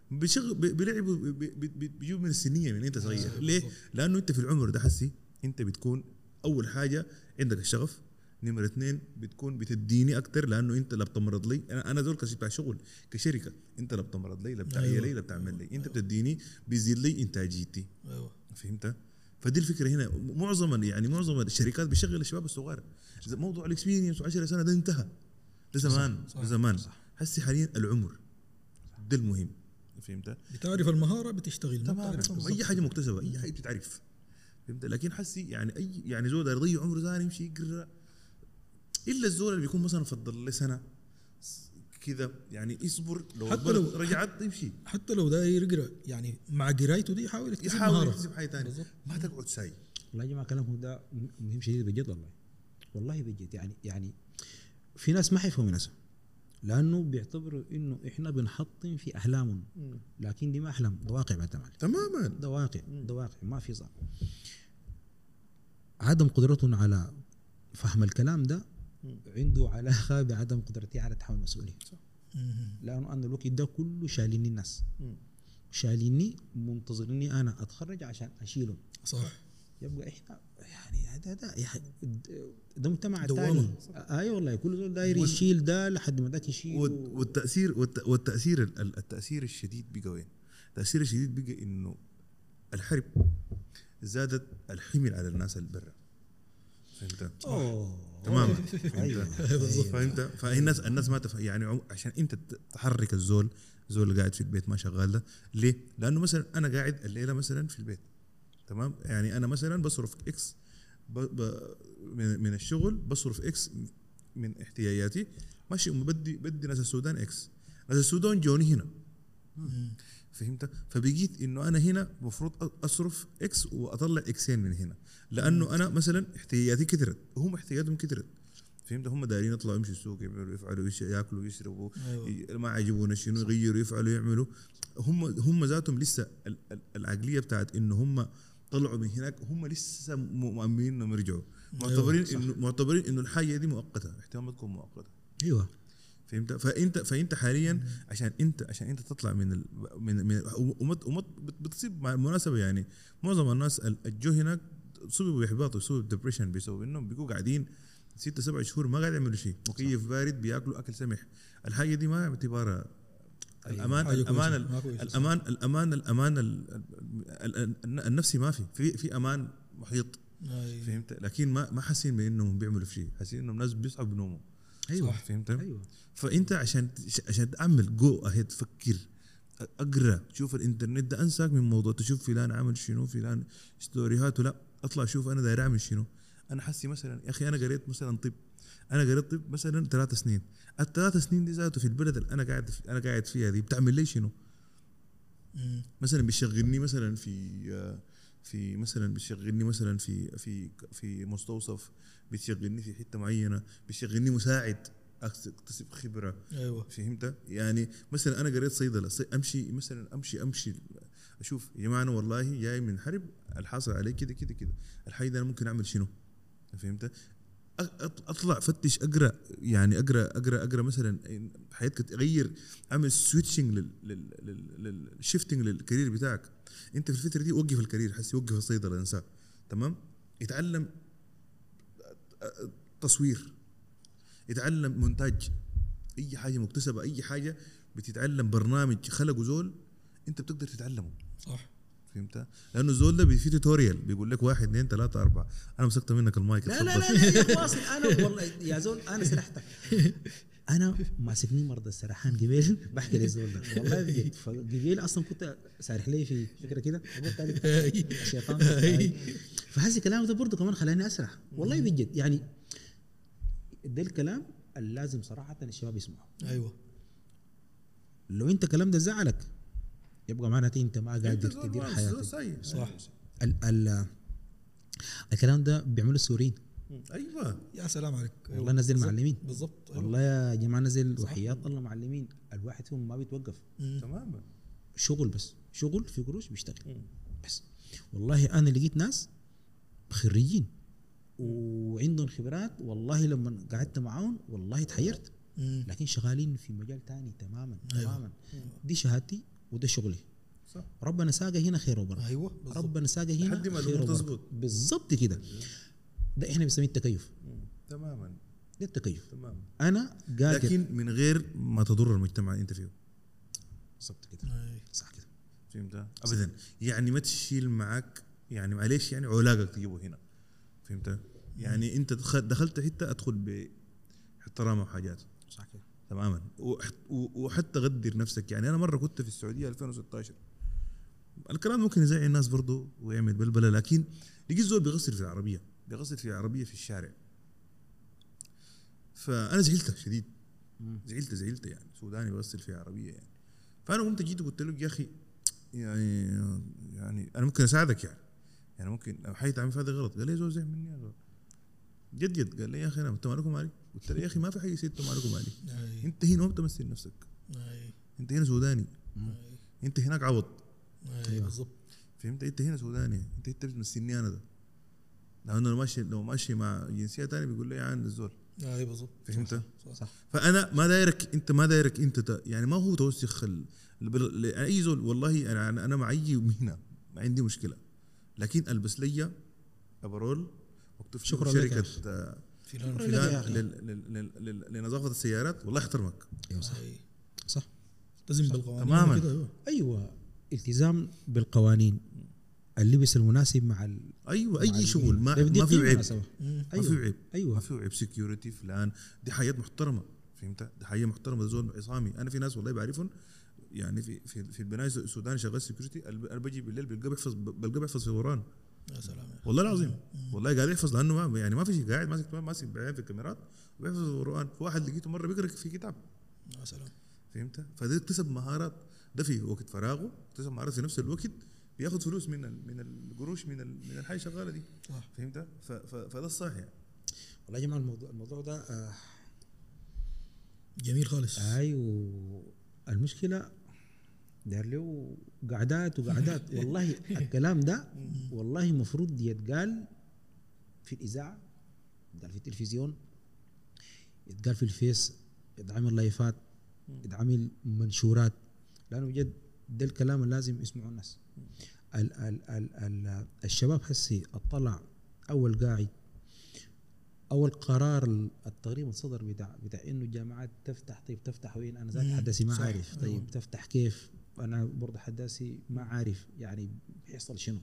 بيلعبوا بيجيبوا من السنيه من انت صغير. ليه؟ لانه انت في العمر ده حسي انت بتكون اول حاجه عندك الشغف، نمرة 2 بتكون بتديني اكتر لانه انت لا بتمرض لي، انا ذول بتاع شغل كشركه، انت لا بتمرض لي لا بتعيا لي لا بتعمل لي، انت بتديني بيزيد لي انتاجيتي. ايوه فهمت؟ فدي الفكره هنا. معظم الشركات بيشغل الشباب الصغار. موضوع الاكسبيرينس 10 سنه ده انتهى، ده زمان. حسي حاليا العمر ده المهم. فهمت؟ بتعرف المهاره بتشتغل تمام. اي حاجه مكتسبه، اي حاجه بتتعرف. فهمت؟ لكن حسي يعني زول يضيع عمره ثاني يمشي يقرا، الا الزول اللي بيكون مثلا فضل له سنه كذا يعني يصبر، لو رجعت يمشي. حتى لو ده يقرا يعني مع قرايته دي يحاول يكتسب حاجه ثانيه، ما تقعد ساي. والله يا جماعه كلامكم ده مهم شديد بجد والله بجد. يعني في ناس ما حيفهموا ناس لانه بيعتبروا انه احنا بنحطم في احلامهم، لكن دي ما احلام، ده واقع بعد تماما. ده واقع ما في صار. عدم قدرتهم على فهم الكلام ده عنده علاقه بعدم قدرتي على تحمل المسؤوليه. لانه انا الوقت ده كله شايليني الناس، شايليني منتظريني انا اتخرج عشان اشيلهم. صح. يبقى احنا يعني ده مجتمع تاني. ايوه والله كل زول داير يشيل ده لحد ما ذاك يشيل. التاثير الشديد بقى وين؟ التاثير الشديد بقى انه الحرب زادت الحمل على الناس اللي برا. فهمت؟ تمام. فهمت؟ فالناس ما يعني عشان انت تحرك الزول اللي قاعد في البيت ما شغال ده. ليه؟ لانه مثلا انا قاعد الليله مثلا في البيت تمام، يعني انا مثلا بصرف اكس من الشغل، بصرف اكس من احتياجاتي، ماشي بدي ناس السودان اكس، ناس السودان جوني هنا فهمت. فبقيت انه انا هنا المفروض اصرف اكس واطلع اكسين من هنا، لانه انا مثلا احتياجاتي كثرت وهم احتياجاتهم كثرت فهمت. هم دايرين يطلعوا يمشوا السوق يفعلوا ياكلوا يشربوا أيوة. ما عجبونا شنو يغيروا يفعلوا يعملوا. هم ذاتهم لسه العقليه بتاعت انه هم طلعوا من هناك، هم لسه مؤمنين انهم يرجعوا، معتبرين انه الحاجه دي مؤقته، احتمال تكون مؤقته. ايوه فهمت. فانت حاليا عشان انت تطلع من بتصيب مع المناسبه يعني معظم الناس الجو هناك صوبوا باحباط وصوبوا بديبريشن بسبب انهم بيكونوا قاعدين 6-7 شهور ما قاعد يعملوا شيء، مكيف بارد بياكلوا اكل سمح. الحاجه دي ما اعتبارها الامان النفسي ما في امان محيط فهمت. لكن ما حاسين بانهم بيعملوا في شيء، حاسين انهم ناس بيصحوا بنومهم. ايوه فهمت. ايوه. فانت عشان تعمل جو اهيد تفكر اقرا تشوف الانترنت ده انساك من موضوع تشوف فلان عمل شنو فلان ستوريهاته، لا اطلع شوف انا داير اعمل شنو. انا حسي مثلا يا اخي انا قريت مثلا طب، انا قريت طب مثلا 3 سنين، ال3 سنين دي ذاته في البلد اللي انا قاعد فيها دي بتعمل لي شنو؟ مثلا بيشغلني مثلا في مثلا بيشغلني مثلا في مستوصف، بيشغلني في حته معينه، بيشغلني مساعد اكتسب خبره. ايوه فهمت. يعني مثلا انا قريت صيدله، امشي مثلا امشي اشوف يا جماعه انا والله جاي من حرب الحاصل علي كده كده كده، الحي ده انا ممكن اعمل شنو؟ فهمت. اطلع فتش اقرا، يعني اقرا مثلا حياتك تغير، اعمل سويتشنج للشيفتنج للكارير بتاعك. انت في الفتره دي وقف الكارير، حس يوقف الصيدله انساه تمام، يتعلم تصوير، يتعلم مونتاج، اي حاجه مكتسبه، اي حاجه بتتعلم برنامج خلقه زول انت بتقدر تتعلمه. صح فهمت. لانه الزول ده في توتوريال بيقول لك 1 2 3 4. انا مسكت منك المايك. لا لا لا لا واصل. انا والله يا زول انا سرحتك، انا ماسكني مرضى السرحان قبيل بحكي للزول ده والله بجد. قبيل اصلا كنت سارح لي في فكره كده قلت الشيطان، فهذا الكلام ده برضه كمان خلاني اسرح والله بجد. يعني ده الكلام اللي لازم صراحه الشباب يسمعوا. ايوه لو انت الكلام ده زعلك يبقى معناته انت ما قادر تدير حياتك. صح. الكلام ده بيعملوا السوريين. ايوه يا سلام عليك. والله نزل معلمين بالضبط. والله يا جماعه نزل وحياة الله معلمين، الواحد فيهم ما بيتوقف تماما، شغل بس شغل في قروش بيشتغل بس. والله انا لقيت ناس خريجين وعندهم خبرات، والله لما قعدت معاهم والله تحيرت، لكن شغالين في مجال تاني تماما. تماما. دي شهادتي وده شغلي. صح. ربنا ساقى هنا خير وبركه. ايوه بالضبط. ربنا ساقى هنا لحد ما خير الامور وبركه بالضبط كده. ده احنا بنسميه التكيف. تماما. ده التكيف. تماما. انا قادر، لكن من غير ما تضر المجتمع اللي انت فيه. بالضبط كده. صح كده. فهمت. ابدا يعني ما تشيل معك، يعني معليش يعني علاقك تجيبه هنا. فهمت. يعني انت دخلت حته ادخل باحترام وحاجات. صح كده. تماما. وحتى قدر نفسك. يعني انا مره كنت في السعوديه 2016، الكلام ممكن يزعل الناس برضه ويعمل بلبله، لكن لقيت زول بيغسل في العربيه في الشارع، فانا زعلت شديد. زعلت يعني سوداني بيغسل في عربيه يعني. فانا قمت جيت وقلت له يا اخي يعني انا ممكن اساعدك يعني ممكن لو حي تعمل هذا غلط. قال لي زول زي مني يا زول جد قال لي يا اخي انا انت مالكم مالي؟ قلت له يا اخي ما في حاجه يصير انت مالكم مالي. انت هنا ما بتمثل نفسك. انت هنا سوداني. انت هناك عوض. بالضبط. فهمت. انت هنا سوداني، انت بتمثلني انا ده. لو ماشي مع جنسيه ثانيه بيقول لي عن الزول. اي بالضبط. فهمت. صح. فانا ما دايرك انت يعني ما هو توسخ اي زول. والله انا مع اي مهنه ما عندي مشكله، لكن البس لي ابرول مكتوب شكرا شركه فلان لنظافه السيارات، والله احترمك. ايوه صح. صح. التزم بالقوانين تماما. ايوه التزام بالقوانين، اللبس المناسب مع ايوه اي شغل ما في عيب. ما في عيب. ايوه ما في عيب. سكيورتي فلان دي حاجات محترمه. فهمت. دي حاجه محترمه. زول عصامي انا في ناس والله بعرفهم يعني في البنايه السوداني شغال سكيورتي، انا بجي بالليل بلقى بيحفظ في وران. يا سلام والله العظيم والله قاعد يحفظ، لانه يعني ما في شيء، قاعد ماسك بعين في الكاميرات وبيحفظ القرآن. في واحد لقيته مرة بيقرأ في كتاب. يا سلام. فهمت؟ فده اكتسب مهارات، ده في وقت فراغه اكتسب مهارات، في نفس الوقت بياخد فلوس من القروش من الحاجة الشغالة دي. صح. فهمت؟ فده الصح يعني. والله يا جماعة الموضوع ده جميل خالص. المشكلة دار له قعدات وقعدات. والله الكلام ده والله مفروض يتقال في الإذاعة، يتقال في التلفزيون، يتقال في الفيس، يتعمل لايفات، يتعمل منشورات، لأنه بجد ده الكلام اللي لازم يسمعوا الناس. ال ال ال ال الشباب هسي اطلع أول قاعد، أول قرار التقريبا صدر بتاع إنه الجامعات تفتح. طيب تفتح وين؟ أنا ذات حدثي ما عارف. طيب تفتح كيف؟ أنا برضه حدثي ما عارف يعني بيحصل شنو.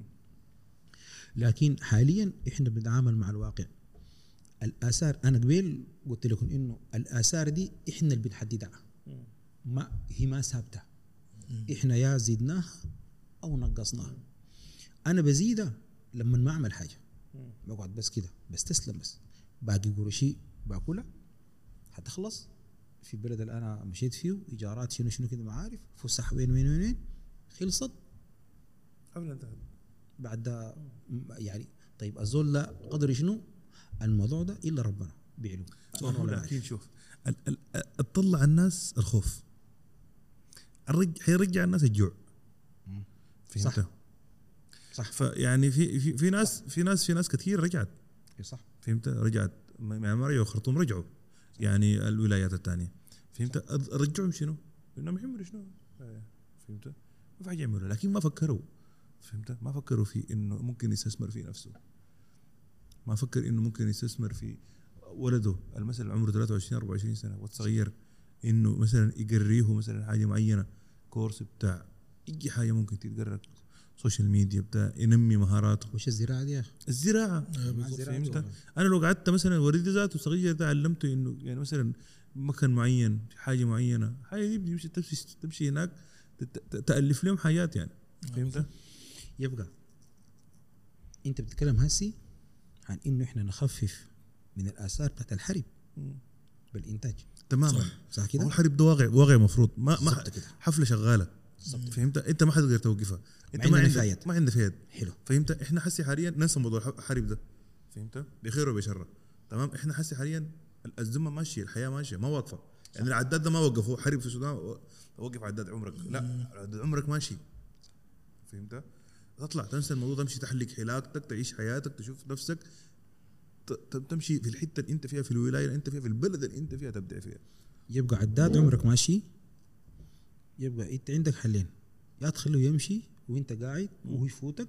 لكن حاليا إحنا بنتعامل مع الواقع. الآثار أنا قبل قلت لكم إنه الآثار دي إحنا اللي بنحددها، ما هي ما ثابتة. إحنا يا زدناها أو نقصناها. أنا بزيدها لما ما أعمل حاجة، بقعد بس كده بستسلم، بس باقي قروشي باكلها حتخلص في البلد اللي أنا مشيت فيه، إيجارات شنو كده ما عارف، فسح وين خلصت بعد يعني. طيب الزول ده قدر شنو الموضوع ده إلا ربنا بيعلم. لكن شوف تطلع الناس الخوف، حيرجع الناس الجوع. صح صح. فيعني في ناس كثير رجعت. صح. فهمت؟ رجعت يعني ما رجعوا خرطوم، رجعوا يعني الولايات الثانيه. فهمت؟ رجعوا شنو؟ انهم يعملوا شنو؟ فهمت؟ ما في حاجه يعملوا، لكن ما فكروا. فهمت؟ ما فكروا في انه ممكن يستثمر في نفسه، ما فكر انه ممكن يستثمر في ولده المثل عمره 23 24 سنه وتصغير، انه مثلا يقريه مثلا حاجه معينه، كورس بتاع اي حاجه ممكن تتقرا، سوشيال ميديا بتاع ينمي مهاراته. وش الزراعه دي يا اخي؟ الزراعه. فهمت؟ انا لو قعدت مثلا وريدي ذاته صغير ده علمته انه يعني مثلا مكان معين حاجه معينه، حاجه دي تمشي هناك تالف لهم حاجات يعني. فهمت؟ يبقى انت بتتكلم هسي عن انه احنا نخفف من الاثار بتاعت الحرب بالانتاج. تماما صح كده. هو الحرب ده واقع مفروض ما حفله شغاله. فهمت؟ انت ما حتقدر توقفها، انت ما عندك فايد. حلو. فهمت؟ احنا حسي حاليا ننسى موضوع الحرب ده. فهمت؟ بخير وبشر. تمام. احنا حسي حاليا الزمه ماشيه، الحياه ماشيه ما واقفه. يعني العداد ده ما وقفوا حرب في السودان وقف عداد عمرك، لا عداد عمرك ماشي. فهمت؟ تطلع تنسى الموضوع، تمشي تحلق حلاقتك، تعيش حياتك، تشوف نفسك، تمشي في الحته اللي انت فيها، في الولايه اللي انت فيها، في البلد اللي انت فيها، تبدع فيها. يبقى عداد عمرك ماشي. يبقى انت عندك حلين، يا تخليه يمشي وانت قاعد وهو يفوتك،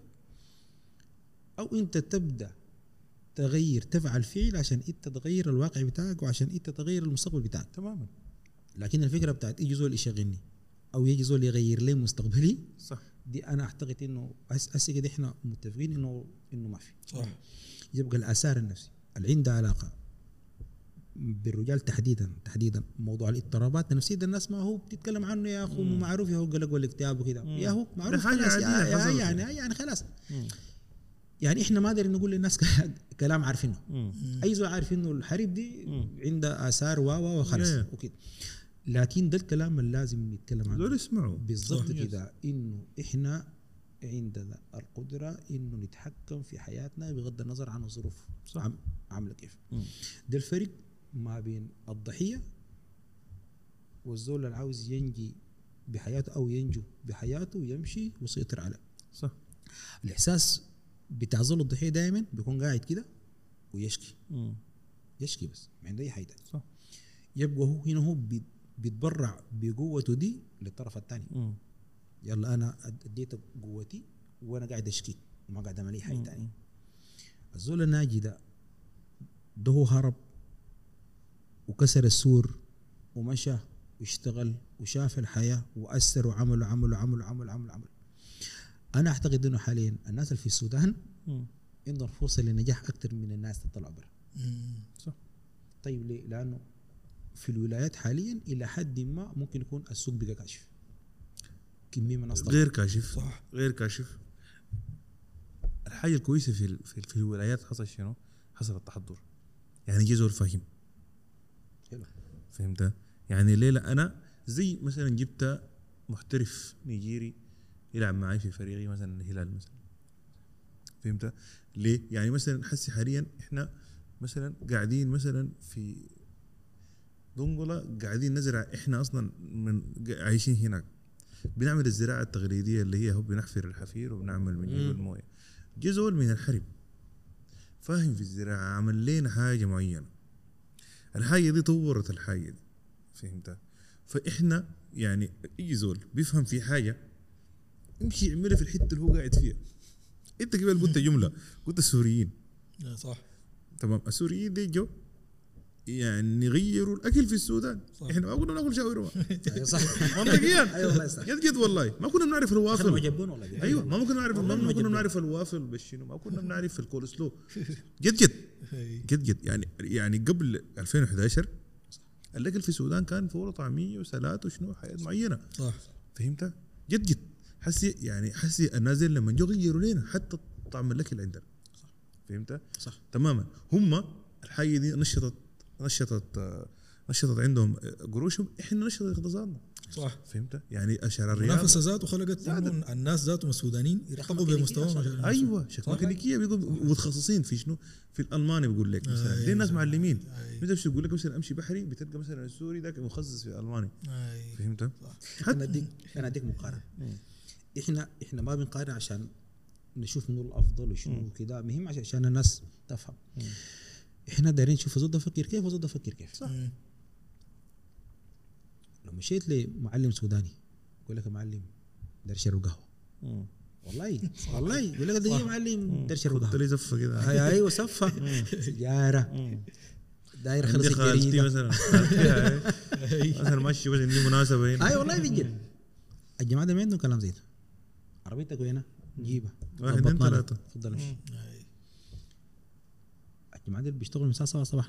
او انت تبدا تغير، تفعل فعل عشان انت تغير الواقع بتاعك وعشان انت تغير المستقبل بتاعك. تماما. لكن الفكره بتاعت يجي زول يشغلني او يجي زول يغير لي مستقبلي، صح، دي انا اعتقد انه هسه كده احنا متفقين انه ما في. صح. يبقى الاثار النفسي اللي عندها علاقه بالرجال تحديدا موضوع الاضطرابات النفسيه ده، الناس ما هو بتتكلم عنه يا اخو، معروف يا هو القلق والاكتئاب وكده، يا هو معروف خلاص يعني خلاص. يعني احنا ما قادرين نقول للناس كلام عارفينه. اي زول عارف انه الحرب دي عندها اثار وخلاص وكده، لكن ده الكلام اللي لازم نتكلم عنه. دول يسمعوا بالضبط كده، انه احنا عندنا القدره انه نتحكم في حياتنا بغض النظر عن الظروف عامله كيف. ده الفرق ما بين الضحيه والزول اللي عاوز ينجي بحياته او ينجو بحياته ويمشي ويسيطر عليه. صح. الاحساس بتاع زول الضحيه دائما بيكون قاعد كده ويشكي، يشكي بس ما عنده اي حاجه. صح. يبقى هو هنا هو بيتبرع بقوته دي للطرف الثاني. يلا انا اديتك قوتي وانا قاعد اشكي وما قاعد اعمل اي حاجه ثانيه. الزول الناجي ده هو هرب وكسر السور ومشى واشتغل وشاف الحياه واثر وعمل عمل عمل عمل عمل عمل. انا اعتقد انه حاليا الناس اللي في السودان عندهم فرصه للنجاح اكثر من الناس اللي طلعوا برا. صح. طيب ليه؟ لانه في الولايات حاليا الى حد ما ممكن يكون السوق بقى كاشف، كميه من اصلا غير كاشف. صح. غير كاشف. الحاجه الكويسه في الولايات حصل شنو؟ حصل التحضر. يعني جزء الفهم فهمت؟ يعني ليه لا انا زي مثلا جبت محترف نيجيري يلعب معي في فريقي مثلا الهلال مثلا، فهمت؟ ليه؟ يعني مثلا حسي حاليا احنا مثلا قاعدين مثلا في دونغولا قاعدين نزرع، احنا اصلا من عايشين هناك بنعمل الزراعه التقليديه اللي هي هو بنحفر الحفير وبنعمل بنجيب المويه. جزء من الحرب فاهم في الزراعه، عمل لنا حاجه معينه، الحاجه دي طورت الحاجه دي، فهمت؟ فاحنا يعني اي زول بيفهم في حاجه يمشي يعملها في الحته اللي هو قاعد فيها. انت قبل قلت جمله، قلت السوريين صح تمام، السوريين دي جو يعني غيروا الاكل في السودان. صح. احنا ما كنا ناكل شاورما صح منطقيا. ايوه والله صح جد جد والله ما كنا بنعرف الوافل. معجبون والله. ايوه ما كنا نعرف، ما كنا بنعرف الوافل بالشنو، ما كنا بنعرف الكول سلو. جد جد جد جد يعني قبل 2011 الاكل في السودان كان فول وطعميه وسلات وشنو حاجات معينه. صح فهمت؟ جد جد حسي الناس لما جو غيروا لنا حتى طعم الاكل عندنا. صح فهمت؟ صح تماما. هم الحاجه دي نشطت عندهم قروشهم، احنا نشطت اقتصادنا. صح فهمت؟ يعني اشعار الرياضه منافسه ذاته خلقت انه الناس ذاتهم السودانيين يرتقوا بمستواهم. ايوه شكل ميكانيكيه بيقول ومتخصصين في شنو، في الالماني بيقول لك مثلا ليه الناس معلمين. انت مش تقول لك مثلا امشي بحري بتلقى مثلا السوري ذاك مخصص في الالماني. فهمت؟ انا اديك مقارنه. احنا ما بنقارن عشان نشوف منو الافضل وشنو كده، مهم عشان الناس تفهم. احنا دايرين نشوف زود افكر كيف وزود افكر كيف. صح. لو مشيت لمعلم سوداني يقول لك يا معلم داير اشرب قهوه. والله يقول لك دقيقه معلم داير اشرب قهوه. قلت لي زفه كده. ايوه صفه سيجاره داير خلص الجريده مثلا مثلا ماشي بس عندي مناسبه هنا. اي والله بجد الجماعه ده ما عندهم كلام زي ده. عربيتك وينها نجيبها 1 2 3 تفضل امشي. الجماعه دي بيشتغلوا من الساعه 7 صباحا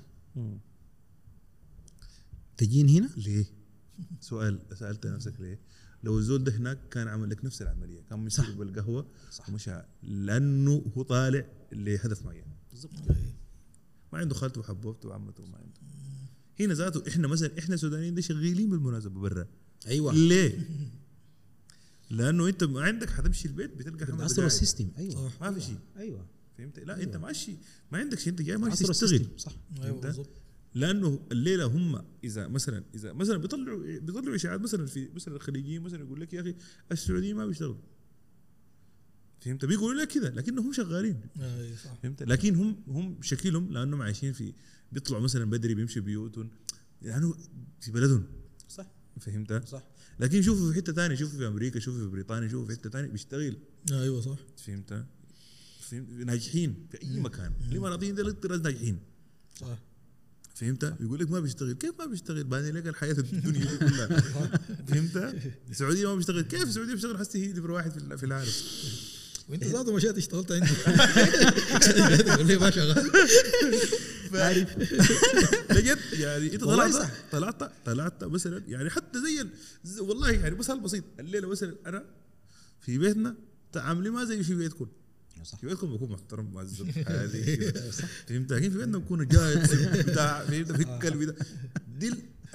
تجين هنا ليه؟ سؤال سالت نفسك ليه؟ لو الزول ده هناك كان عمل لك نفس العمليه، كان مشي بالقهوه مش لانه هو طالع لهدف معين. بالضبط. ما عنده خالته وحبوبته وعمته ما عنده. هنا ذاته احنا مثلا احنا سودانيين ده شغالين بالمناسبه برا. ايوه ليه؟ لانه انت ما عندك حتمشي البيت بتلقى حمد عصر السيستم. ايوه ما في شيء. ايوه فهمت؟ لا أيوة. انت ماشي ما عندك شيء، انت جاي ماشي تشتغل. صح ايوه بالضبط. لانه الليله هم اذا مثلا بيطلعوا اشاعات مثلا في مثلا الخليجيين مثلا يقول لك يا اخي السعوديين ما بيشتغلوا. فهمت؟ بيقولوا لك كده لكنهم شغالين. ايوه صح. فهمت؟ لكن هم شكلهم لانهم عايشين في بيطلعوا مثلا بدري بيمشوا بيوتهم لانه في بلدهم. صح. فهمت؟ صح. لكن شوفوا في حته ثانيه، شوفوا في امريكا، شوفوا في بريطانيا، شوفوا في حته ثانيه بيشتغل. ايوه صح. فهمت؟ ناجحين في اي مكان. الاماراتيين دول ناجحين. صح. فهمت؟ يقول لك ما بيشتغل، كيف ما بيشتغل؟ باني لك الحياه الدنيا دي كلها. فهمت؟ السعوديه ما بيشتغل، كيف السعوديه بيشتغل؟ حسي هي نمبر واحد في العالم. وانت ذاته مشيت اشتغلت عندي تقول لي ما شغال. عارف بجد يعني انت طلعت مثلا يعني حتى زي والله يعني مثال بسيط. الليله مثلا انا في بيتنا تعاملي ما زي في بيتكم. صح. في بيتكم بكون محترم معزز هذه كده. فهمت؟ لكن في بيتنا بكون جاهز بتاع فهمت في الكلب ده دي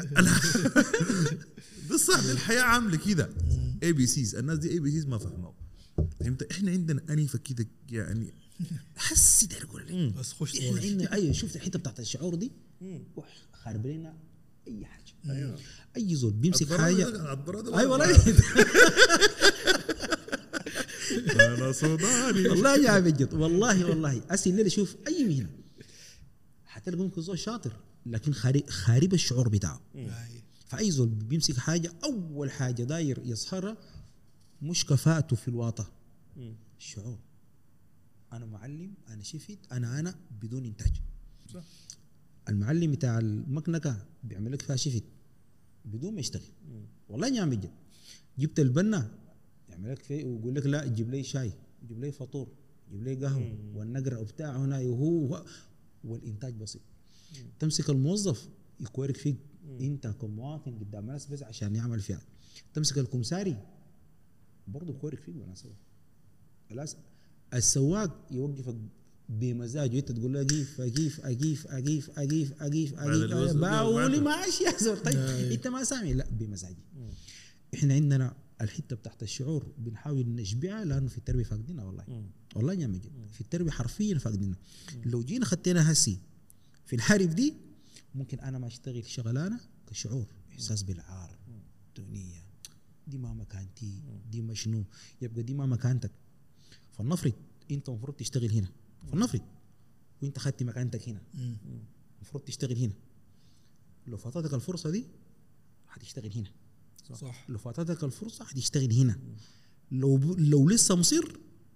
الصح. دي الحياه عامله كده. اي بي سيز الناس دي اي بي سيز ما فهموا. فهمت؟ احنا عندنا انيفه كده يعني حسي ده اقول بس خش احنا عندنا ايوه شفت الحته بتاعت الشعور دي خارب لنا اي حاجه. ايوه اي زول بيمسك حاجه. ايوه والله انا سوداني والله يا بجد والله اسي الليله شوف اي مهنه حتى لو ممكن زول شاطر لكن خارب الشعور بتاعه. فاي زول بيمسك حاجه اول حاجه داير يظهرها مش كفاءته في الواطه، الشعور. انا معلم، انا شفت، انا بدون انتاج. صح. المعلم بتاع المكنكه بيعمل لك فيها شفت بدون ما يشتغل. والله يا عم بجد جبت البنا يعمل لك فيه ويقول لك لا جيب لي شاي، جيب لي فطور، جيب لي قهوه والنقره بتاعه هنا وهو والانتاج بسيط. تمسك الموظف يكورك فيك انت كمواطن قدام الناس بس عشان يعمل فيها. تمسك الكمساري برضه يكورك فيك بالمناسبه. السواق يوقفك بمزاجه، انت تقول له اجيف باولي ماشي يا زول. طيب انت ما سامع، لا بمزاجي. احنا عندنا الحته بتاعت الشعور بنحاول نشبعها، لانه في التربيه فاقدينها والله يا مجد، في التربيه حرفيا فاقدينها. لو جينا خدينا هسي في الحرب دي، ممكن انا ما اشتغل شغلانه كشعور، احساس بالعار، دونيه، دي ما مكانتي، دي ما شنو، يبقى دي ما مكانتك. فلنفرض انت المفروض تشتغل هنا، فلنفرض وانت خدت مكانتك هنا، المفروض تشتغل هنا. لو فاتتك الفرصه دي هتشتغل هنا، صح. لو فاتتك الفرصه هتشتغل هنا. لو لسه مصير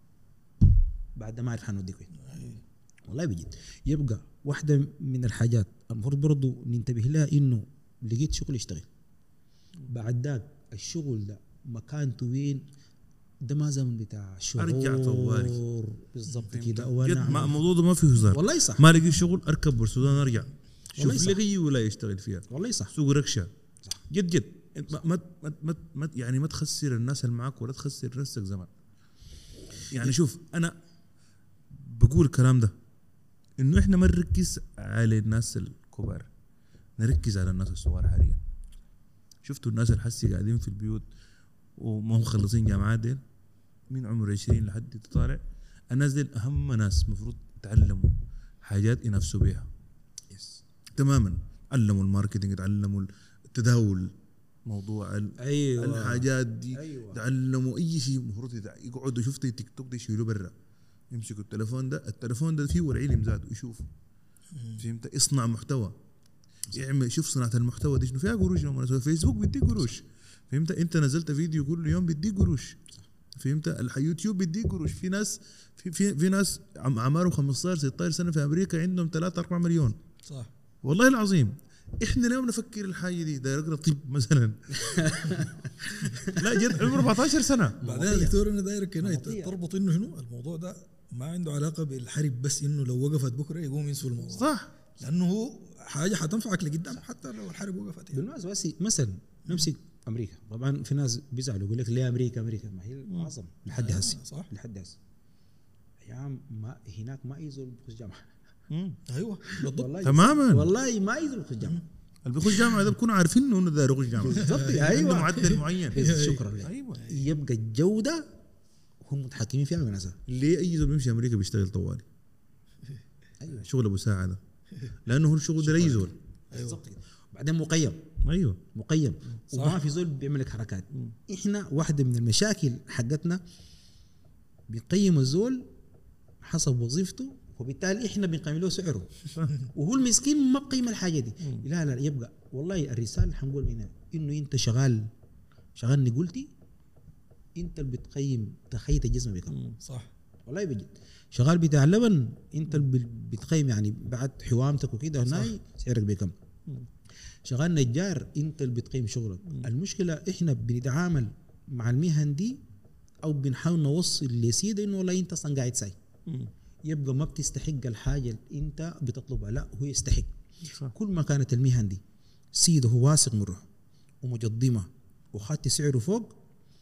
بعد ما اعرف حنوديك وين. والله بجد. يبقى واحده من الحاجات المفروض برضو ننتبه لها، انه لقيت شغل اشتغل، بعد ذاك الشغل ده مكانته وين، ده ما زمن بتاع شهور، ارجع طوالي بالضبط كده. وانا الموضوع ده ما فيه هزار والله صح. ما لقيت شغل اركب برسودان ارجع شوف لي اي ولا يشتغل فيها، والله صح. سوق ركشه جد ما يعني ما تخسر الناس اللي معك ولا تخسر نفسك زمان. يعني شوف انا بقول الكلام ده انه احنا ما نركز على الناس الكبار، نركز على الناس الصغار حاليا. شفتوا الناس اللي حسي قاعدين في البيوت وما هم مخلصين جامعات، ديل من عمر 20 لحد طالع، الناس ديل اهم ناس مفروض يتعلموا حاجات ينافسوا بيها. يس تماما. تعلموا الماركتينج، تعلموا التداول، موضوع أيوة. الحاجات دي. أيوة. تعلموا اي شيء مفروض يقعدوا. شفتوا تيك توك ده يشيلوا برا، يمسكوا التليفون ده فيه والعلم ذاته يشوفوا. فهمت؟ اصنع محتوى، يعمل. شوف صناعه المحتوى دي شنو فيها قروش. لما فيسبوك بيديك قروش، فهمت؟ انت نزلت فيديو كل يوم بيديك قروش، فهمت؟ اليوتيوب بيديك قروش. في ناس في ناس عمرهم 15 16 سنه في امريكا عندهم 3 4 مليون. صح والله العظيم. احنا اليوم نفكر الحاجه دي داير اقرا طب مثلا لا جد عمره 14 سنه. بعدين يا دكتور انا دايرك هنا تربط انه شنو الموضوع ده ما عنده علاقه بالحرب، بس انه لو وقفت بكره يقوم ينسوا الموضوع. صح. لانه هو حاجه حتنفعك لقدام حتى لو الحرب وقفت. بالمناسبه مثلا نمسك امريكا، طبعا في ناس بيزعلوا يقول لك ليه امريكا ما هي اعظم لحد هسه. صح لحد هسه ايام ما هناك ما يزول بيخش جامعه. ايوه بالضبط تماما. والله ما يزول بيخش جامعه. اللي بيخش جامعه ده بيكونوا عارفين انه داير يخش جامعه بالضبط. عنده ايوه معدل معين. شكرا لك. ايوه يبقى الجوده هم متحكمين فيها بالمناسبه. ليه اي زول بيمشي امريكا بيشتغل طوالي؟ ايوه شغل ابو ساعه ده، لانه هو الشغل ده اي زول. بالضبط كده. بعدين مقيم. ايوه مقيم وما في زول بيعمل لك حركات. احنا واحده من المشاكل حقتنا بنقيم الزول حسب وظيفته، وبالتالي احنا بنقيم له سعره وهو المسكين ما بقيم الحاجه دي. لا يبقى والله الرساله اللي حنقول منها انه انت شغال نقولتي انت اللي بتقيم تخيط الجزمه بكم. صح والله بجد. شغال بتاع لبن انت اللي بتقيم يعني بعد حوامتك وكده هناي سعرك بكم. شغال نجار انت اللي بتقيم شغلك. المشكله احنا بنتعامل مع المهن دي او بنحاول نوصل لسيده انه والله انت اصلا قاعد ساي، يبقى ما بتستحق الحاجه اللي انت بتطلبها، لا هو يستحق. صح. كل ما كانت المهن دي سيده هو واثق من روحه ومجضمه وخدت سعره فوق،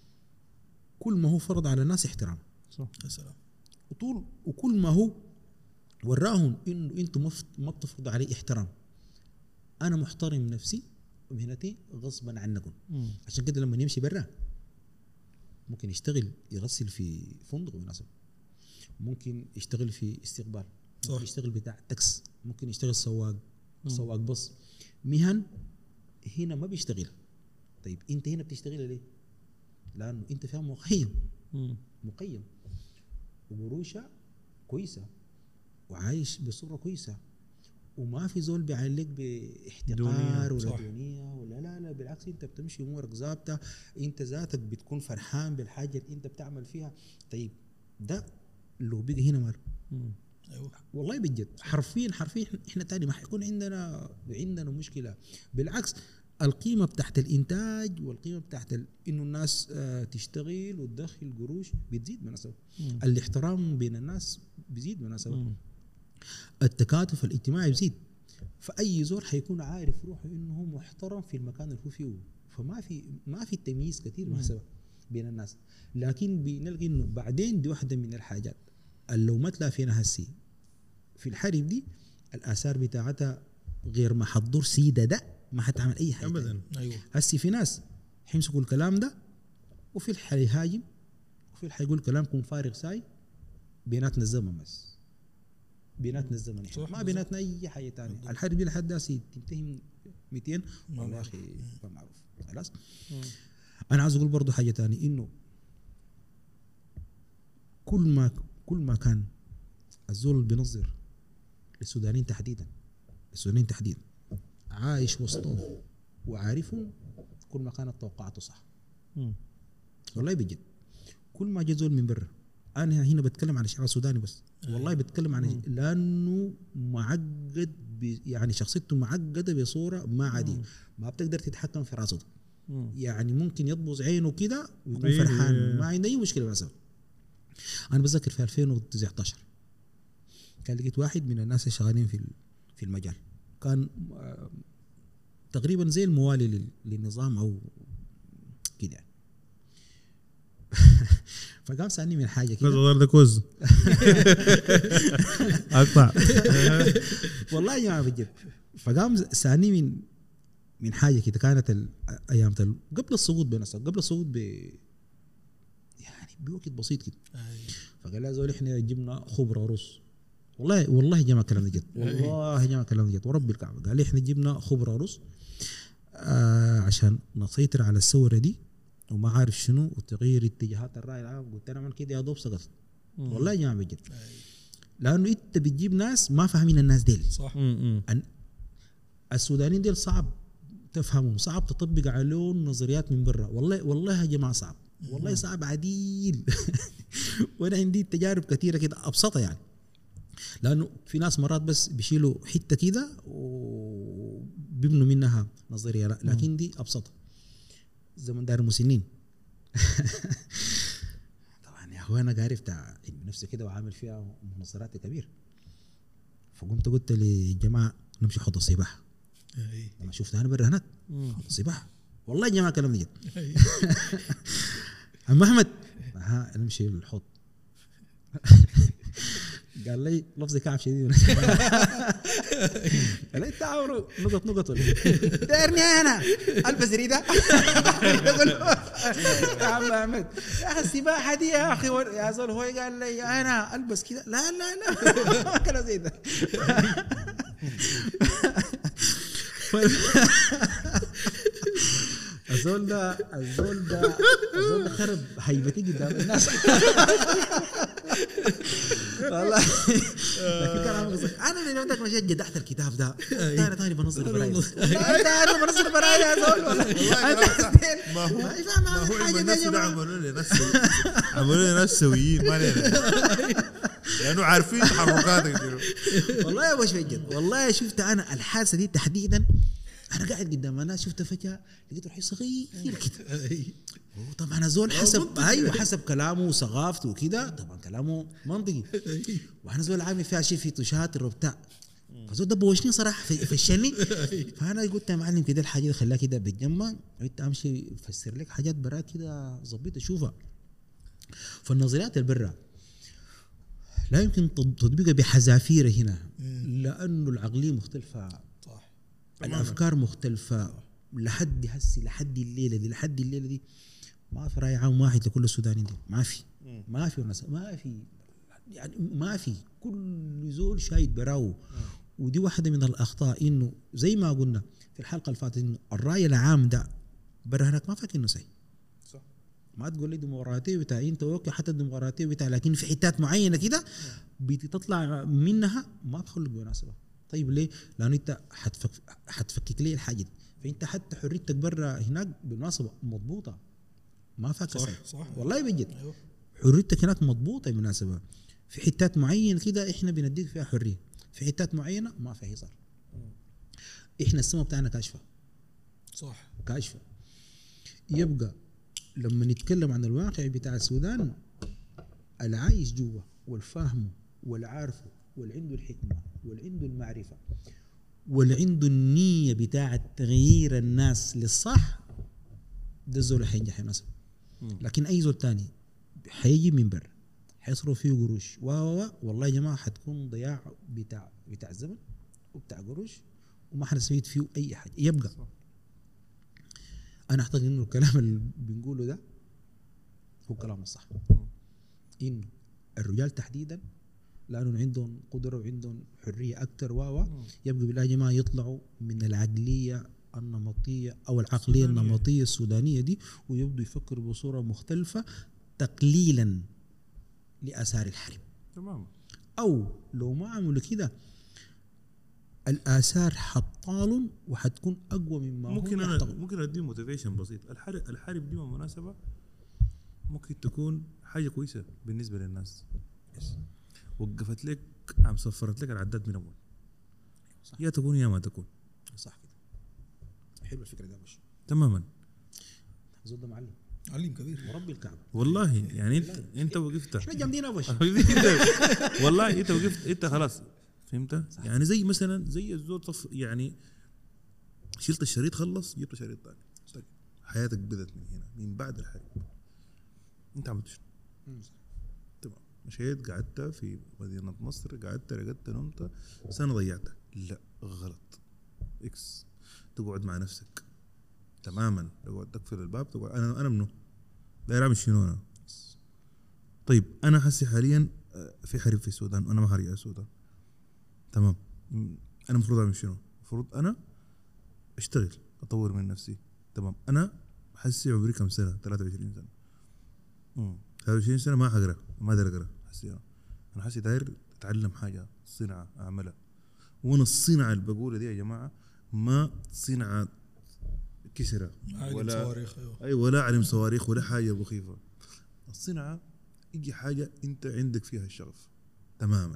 كل ما هو فرض على الناس احترام. صح يا سلام. وكل ما هو وراهم انه انتم ما بتفرضوا علي احترام، انا محترم نفسي ومهنتي غصبا عنكم. عشان كده لما يمشي برا ممكن يشتغل يغسل في فندق بالمناسبة، ممكن يشتغل في استقبال، ممكن يشتغل بتاع تاكس، ممكن يشتغل سواق باص. مهن هنا ما بيشتغل. طيب انت هنا بتشتغل ليه؟ لانه انت فيها مقيم وقروشة كويسة وعايش بصورة كويسة وما في زول بيعلق باحتقار ولا دونية ولا لا بالعكس، انت بتمشي امورك ظابطه، انت ذاتك بتكون فرحان بالحاجه اللي انت بتعمل فيها. طيب ده لو بقى هنا مر ايوه والله بجد حرفيا احنا تاني ما حيكون عندنا مشكله. بالعكس القيمه بتاعت الانتاج والقيمه بتاعت انه الناس تشتغل وتدخل قروش بتزيد مناسبه. الاحترام بين الناس بيزيد مناسبه. التكاتف الاجتماعي بيزيد. فاي زول حيكون عارف روحه انه هو محترم في المكان اللي هو فيه، فما في تمييز كثير مناسبه بين الناس. لكن بنلقى انه بعدين دي واحده من الحاجات اللي لو ما تلافينا هسي في الحرب دي الآثار بتاعتها غير ما حتضر سيدة ده ما حتعمل أي حاجة ابدا. ايوه هسي في ناس حيمسكوا الكلام ده وفي الحي يهاجم وفي الحي يقول كلامكم فارغ ساي. بيناتنا الزمن بس، بيناتنا الزمن ما بيناتنا اي حاجه ثانيه. الحرب دي لحد هسي تنتهي 200 والله يا اخي ما معروف خلاص. انا عايز اقول برضه حاجه ثانيه، انه كل ما كان الزول اللي بينظر للسودانيين تحديدا عايش وسطهم وعارفهم، كل ما كانت توقعاته صح. والله بجد كل ما جاء زول من برا، انا هنا بتكلم عن الشعب السوداني بس، والله بتكلم عن لانه معقد يعني شخصيته معقده بصوره ما عاديه، ما بتقدر تتحكم في راسه. يعني ممكن يطبز عينه كده ويكون فرحان ما عنده اي مشكله. مثلا انا بذكر في 2019 كان لقيت واحد من الناس الشغالين في المجال، كان تقريبا زي الموالي للنظام او كده يعني. فقام سألني من حاجه كده هذا ده كوز اقطع والله يا جماعه بجد. فقام سألني من حاجه كده كانت ايام قبل السقوط بنفسه، قبل السقوط يعني بوقت بسيط كده. فقال لي زول احنا جبنا خبره روس، والله يا جماعه كلام جد، والله يا جماعه كلام جد ورب الكعبه. قال لي احنا جبنا خبره روس عشان نسيطر على الثوره دي وما عارف شنو وتغيير اتجاهات الرأي العام. قلت انا من كده يا دوب سقطت والله يا جماعه بجد، لانه انت بتجيب ناس ما فاهمين الناس ديل صح. السودانيين ديل صعب تفهمهم، صعب تطبق عليهم نظريات من برا. والله يا جماعه صعب، والله صعب عديل وانا عندي تجارب كثيره كده ابسطه يعني، لانه في ناس مرات بس بيشيلوا حته كده وبيبنوا منها نظريه، لكن دي ابسطه. زمن دار المسنين طبعا يا اخوانا عرفت علم نفسي كده وعامل فيها مناظرات كبير. فقمت قلت للجماعه نمشي حوض السباحه. لما شفت انا برا هناك حوض السباحه، والله يا جماعه كلام جد. عم احمد نمشي الحوض قال لي لفظي كعب شديد. قال لي تعالوا نقط دارني انا البس ريده. يقول يا عم احمد يا اخي السباحه دي يا اخي يا زول. هو قال لي انا البس كده، لا كلام زي ده. الزول ده خرب هيبتي قدام الناس والله. لكن كان عامل قصة انا اللي عندك مشيت جدحت الكتاب ده انا تاني بنظر برايا. انا بنظر برايا يا زول والله. ما هو الناس ده عملوا لنا سويين ما لنا لانه عارفين تحركاتك. والله يا وش بجد، والله شفت انا الحادثه دي تحديدا. انا قاعد قدام الناس شفت فجاه لقيت روحي صغير كده. طبعا زول حسب كلامه وثقافته وكده، طبعا كلامه منطقي. وانا زول عامل فيها شيء في تشاتر وبتاع، فزول ده بوشني صراحه فشلني. فانا قلت يا معلم كده الحاجه دي خلاها كده بتجمع، قلت امشي افسر لك حاجات برا كده ظبيت اشوفها. فالنظريات البرا لا يمكن تطبيقها بحذافيره هنا، لانه العقليه مختلفه، الافكار مختلفه. لحد هسي لحد الليله دي ما في راي عام واحد لكل السودانيين دي، ما في يعني ما في. كل زول شايد براو. ودي واحده من الاخطاء، انه زي ما قلنا في الحلقه اللي فاتت انه الراي العام ده برا هناك ما فاكر انه صحيح. صح. ما تقول لي ديمقراطيه بتاع انت اوكي حتى الديمقراطيه بتاع، لكن في حتات معينه كده بتطلع منها ما بخلق بمناسبه. طيب ليه؟ لانه انت حتفكك لي الحاجه دي، فانت حتى حريتك برا هناك بالمناسبه مضبوطه ما فاك. صح والله بجد. أيوه. حريتك هناك مضبوطه بالمناسبه. في حتات معينه كده احنا بنديك فيها حريه، في حتات معينه ما فيها هزار. احنا السماء بتاعنا كاشفه، صح كاشفه. يبقى لما نتكلم عن الواقع بتاع السودان، العايش جوا والفاهمه والعارفه والعنده الحكمه والعنده المعرفه والعنده النيه بتاعه تغيير الناس للصح، ده الزول حينجح يناسب. لكن اي زول تاني حيجي من برا حيصرف فيه قروش والله يا جماعه حتكون ضياع بتاع زمن وبتاع قروش وما حنستفيد فيه اي حاجه يبقى صح. انا اعتقد انه الكلام اللي بنقوله ده هو كلام الصح انه الرجال تحديدا لانه عندهم قدره وعندهم حريه اكثر يبقى بالله يا جماعه يطلعوا من العقليه النمطيه او العقليه النمطيه السودانيه دي ويبدوا يفكروا بصوره مختلفه تقليلا لاثار الحرب تمام. او لو ما عملوا كده الآثار حطالهم وحتكون أقوى مما ممكن أدي موتيفيشن بسيط. الحرب دي بالمناسبة ممكن تكون حاجة كويسة بالنسبة للناس. وقفت لك عم صفرت لك العداد من أول. يا تكون يا ما تكون. صح كده. حلو الفكرة ده مش. تماما. زود ده معلم كبير مربي الكعبة. والله يعني أنت وقفت. إحنا جامدين أبش. والله أنت وقفت أنت خلاص. فهمت؟ يعني زي مثلا زي الزول يعني شلت الشريط خلص جبت شريط ثاني حياتك بدت من هنا من بعد الحرب. انت عملت شنو؟ تمام مشيت قعدت في مدينة نصر قعدت رقدت نمت سنة ضيعتها. لا غلط اكس تقعد مع نفسك تماما تقعد تقفل الباب تقعد انا منو داير اعمل شنو انا. طيب انا حسي حاليا في حرب في السودان وانا ما حريق السودان تمام. انا المفروض اعمل شنو؟ المفروض انا اشتغل اطور من نفسي تمام. انا حسي عمري كم سنه 23 سنه 23 سنه ما حقرا ما ادري اقرا حسي انا حسي داير اتعلم حاجه صنعه اعملها. وانا الصنعه اللي بقولها دي يا جماعه ما صنعه كسره ولا صواريخ ولا علم صواريخ ولا حاجه مخيفه. الصنعه يجي حاجه انت عندك فيها الشغف تماما.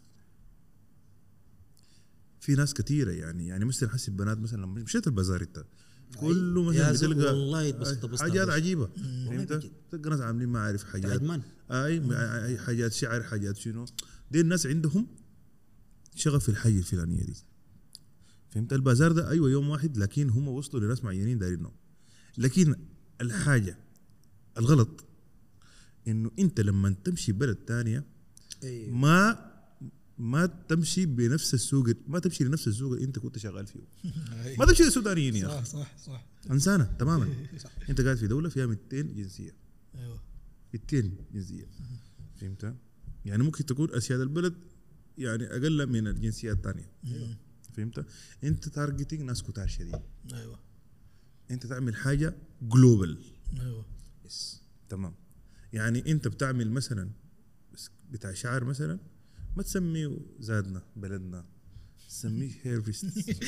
في ناس كثيره يعني مثلا حسي البنات مثلا لما مشيت البازار انت كله مثلا بتلقى والله حاجات عجيبه. فهمت؟ تلقى ناس عاملين ما عارف حاجات اي حاجات شعر حاجات شنو دي الناس عندهم شغف في الحاجه الفلانيه دي. فهمت؟ البازار ده ايوه يوم واحد لكن هم وصلوا لناس معينين دايرينهم. لكن الحاجه الغلط انه انت لما تمشي بلد ثانيه ما تمشي بنفس السوق ما تمشي لنفس السوق اللي انت كنت شغال فيه. ما تمشي للسودانيين يا اخي. صح انسانه تماما. انت قاعد في دوله فيها 200 جنسيه. ايوه 200 جنسيه. فهمت؟ يعني ممكن تكون اسياد البلد يعني اقل من الجنسيات الثانيه. فهمت؟ انت تارجتينج ناس كتار شديد. ايوه انت تعمل حاجه جلوبال. ايوه تمام. يعني انت بتعمل مثلا بتاع شعر مثلا ما تسميه زادنا بلدنا سميه هيرفست.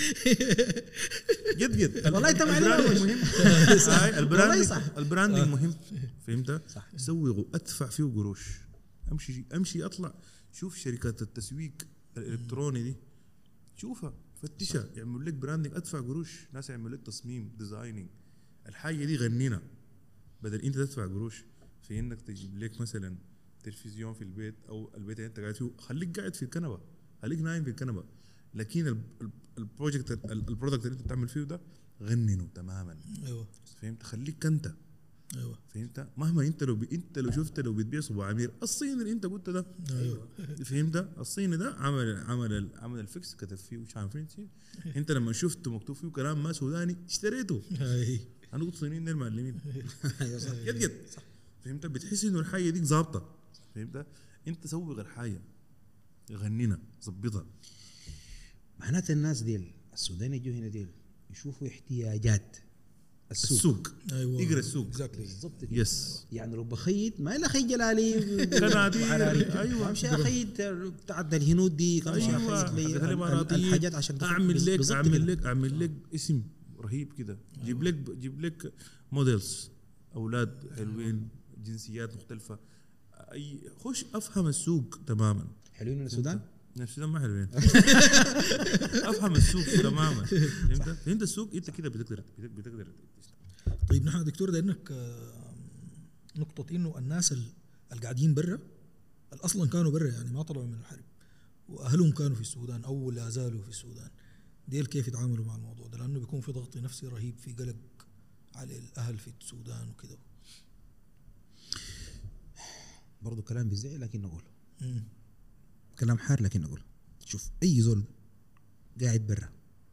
جد والله انت البراندنج مهم. البراندنج مهم. فهمت؟ سوي ادفع فيه قروش امشي اطلع شوف شركات التسويق الالكتروني دي شوفها فتشها يعمل لك براندنج ادفع قروش ناس يعمل لك تصميم ديزايننج الحاجه دي غنينا بدل انت تدفع قروش في انك تجيب لك مثلا تلفزيون في البيت او البيت اللي انت قاعد فيه خليك قاعد في الكنبه خليك نايم في الكنبه. لكن البروجكت اللي انت بتعمل فيه ده غننه تماما. ايوه فهمت؟ خليك انت. ايوه فهمت؟ مهما انت لو شفت لو بتبيع صباع عمير الصين اللي انت قلت ده. ايوه فهمت؟ الصيني ده عمل الفيكس كتب فيه وش عارفين انت لما شفته مكتوب فيه كلام ما سوداني اشتريته. انا قلت صينيين دول معلمين. جد فهمت؟ بتحس انه الحاجه دي ظابطه. فهمت؟ انت سوي غير حاجه غنينا ظبطها. معناته الناس ديل السوداني يجوا هنا ديل يشوفوا احتياجات السوق. ايوه يقرا السوق بالضبط. يس يعني لو بخيط ما الا خي جلالي ايوه امشي اخيط بتاعت الهنود دي امشي اخيط لي الحاجات عشان اعمل لك اسم رهيب كده. جيب لك موديلز اولاد حلوين جنسيات مختلفه اي خش افهم السوق تماما. حلوين من السودان؟ من السودان ما حلوين. افهم السوق تماما. فهمت السوق انت كده بتقدر. طيب نحن دكتور دايرينك نقطه انه الناس اللي قاعدين برا اصلا كانوا برا يعني ما طلعوا من الحرب واهلهم كانوا في السودان او لا زالوا في السودان ديل كيف يتعاملوا مع الموضوع ده؟ لانه بيكون في ضغط نفسي رهيب في قلق على الاهل في السودان وكده. برضو كلام بيزعل لكن نقوله، كلام حار لكن نقوله. شوف اي زول قاعد برا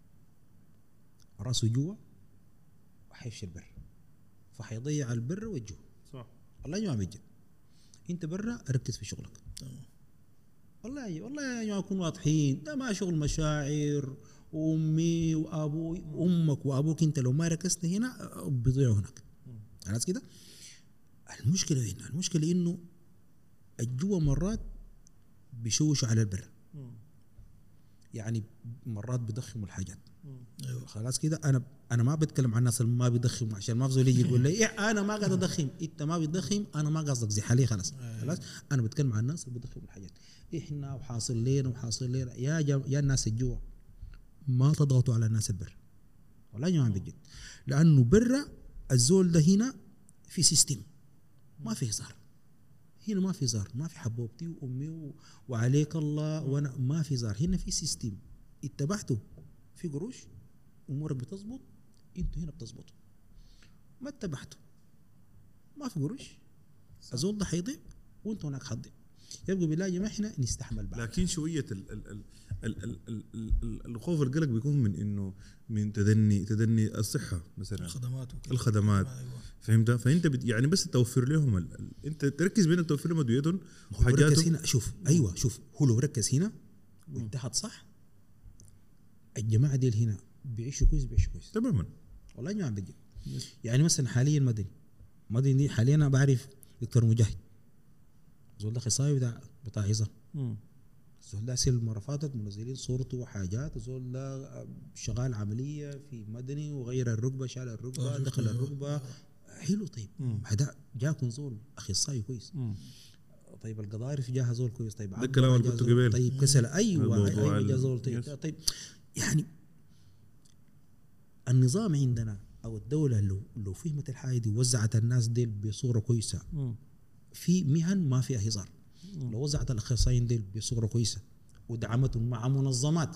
راسه جوا وحيفشل برا، فحيضيع البر والجو. صح والله يا جماعه بجد انت برا ركز في شغلك. والله يا جماعه كونوا واضحين، ده ما شغل مشاعر امي وابوي، امك وابوك انت لو ما ركزت هنا بيضيعوا هناك. خلاص كده. المشكله وين؟ المشكله انه الجوا مرات بيشوشوا على البر، يعني مرات بيضخموا الحاجات. ايوه خلاص كده. انا ما بتكلم عن الناس اللي ما بيضخموا، عشان ما بزول يجي يقول لي إيه انا ما قاعد اضخم، انت ما بتضخم، انا ما قصدك زي حالي خلاص. خلاص انا بتكلم عن الناس اللي بيضخموا الحاجات. احنا وحاصل لنا يا الناس الجوا ما تضغطوا على الناس البر. والله يا جماعه بجد، لانه برا الزول ده هنا في سيستم، ما في هزار. هنا ما في هزار، ما في حبوبتي وامي وعليك الله وانا، ما في هزار. هنا في سيستم اتبعته، في قروش امورك بتظبط، انتوا هنا بتظبطوا. ما اتبعته ما في قروش، الزول ده حيضيع وانتوا هناك حتضيع. يبقى بالله يا جماعه احنا نستحمل بعض. لكن شويه الخوف والقلق بيكون من انه من تدني الصحه مثلا، الخدمات أيوة. فهمت؟ فانت يعني بس توفر لهم انت تركز بين توفر لهم ادويتهم وحاجاتهم هنا. شوف ايوه شوف، هو لو ركز هنا واتحد صح، الجماعه ديل هنا بيعيشوا كويس تماما. والله يا جماعه بجد. يعني مثلا حاليا مدني دي حاليا انا بعرف دكتور مجاهد، زول ده اخصائي بتاع عظام. زول ده المره فاتت منزلين صورته وحاجات، زول ده شغال عمليه في مدني وغير الركبه، شال الركبه دخل الركبه حلو. طيب هذا جاكم زول اخصائي كويس. طيب القضارف جاها زول كويس. طيب ده الكلام اللي قلته قبل. طيب كسل ايوه جا زول. طيب يعني النظام عندنا او الدوله لو فهمت الحاجه دي ووزعت الناس دي بصوره كويسه، في مهن ما فيها هزار، لو وزعت الاخصائيين دي بصوره كويسه ودعمتهم مع منظمات،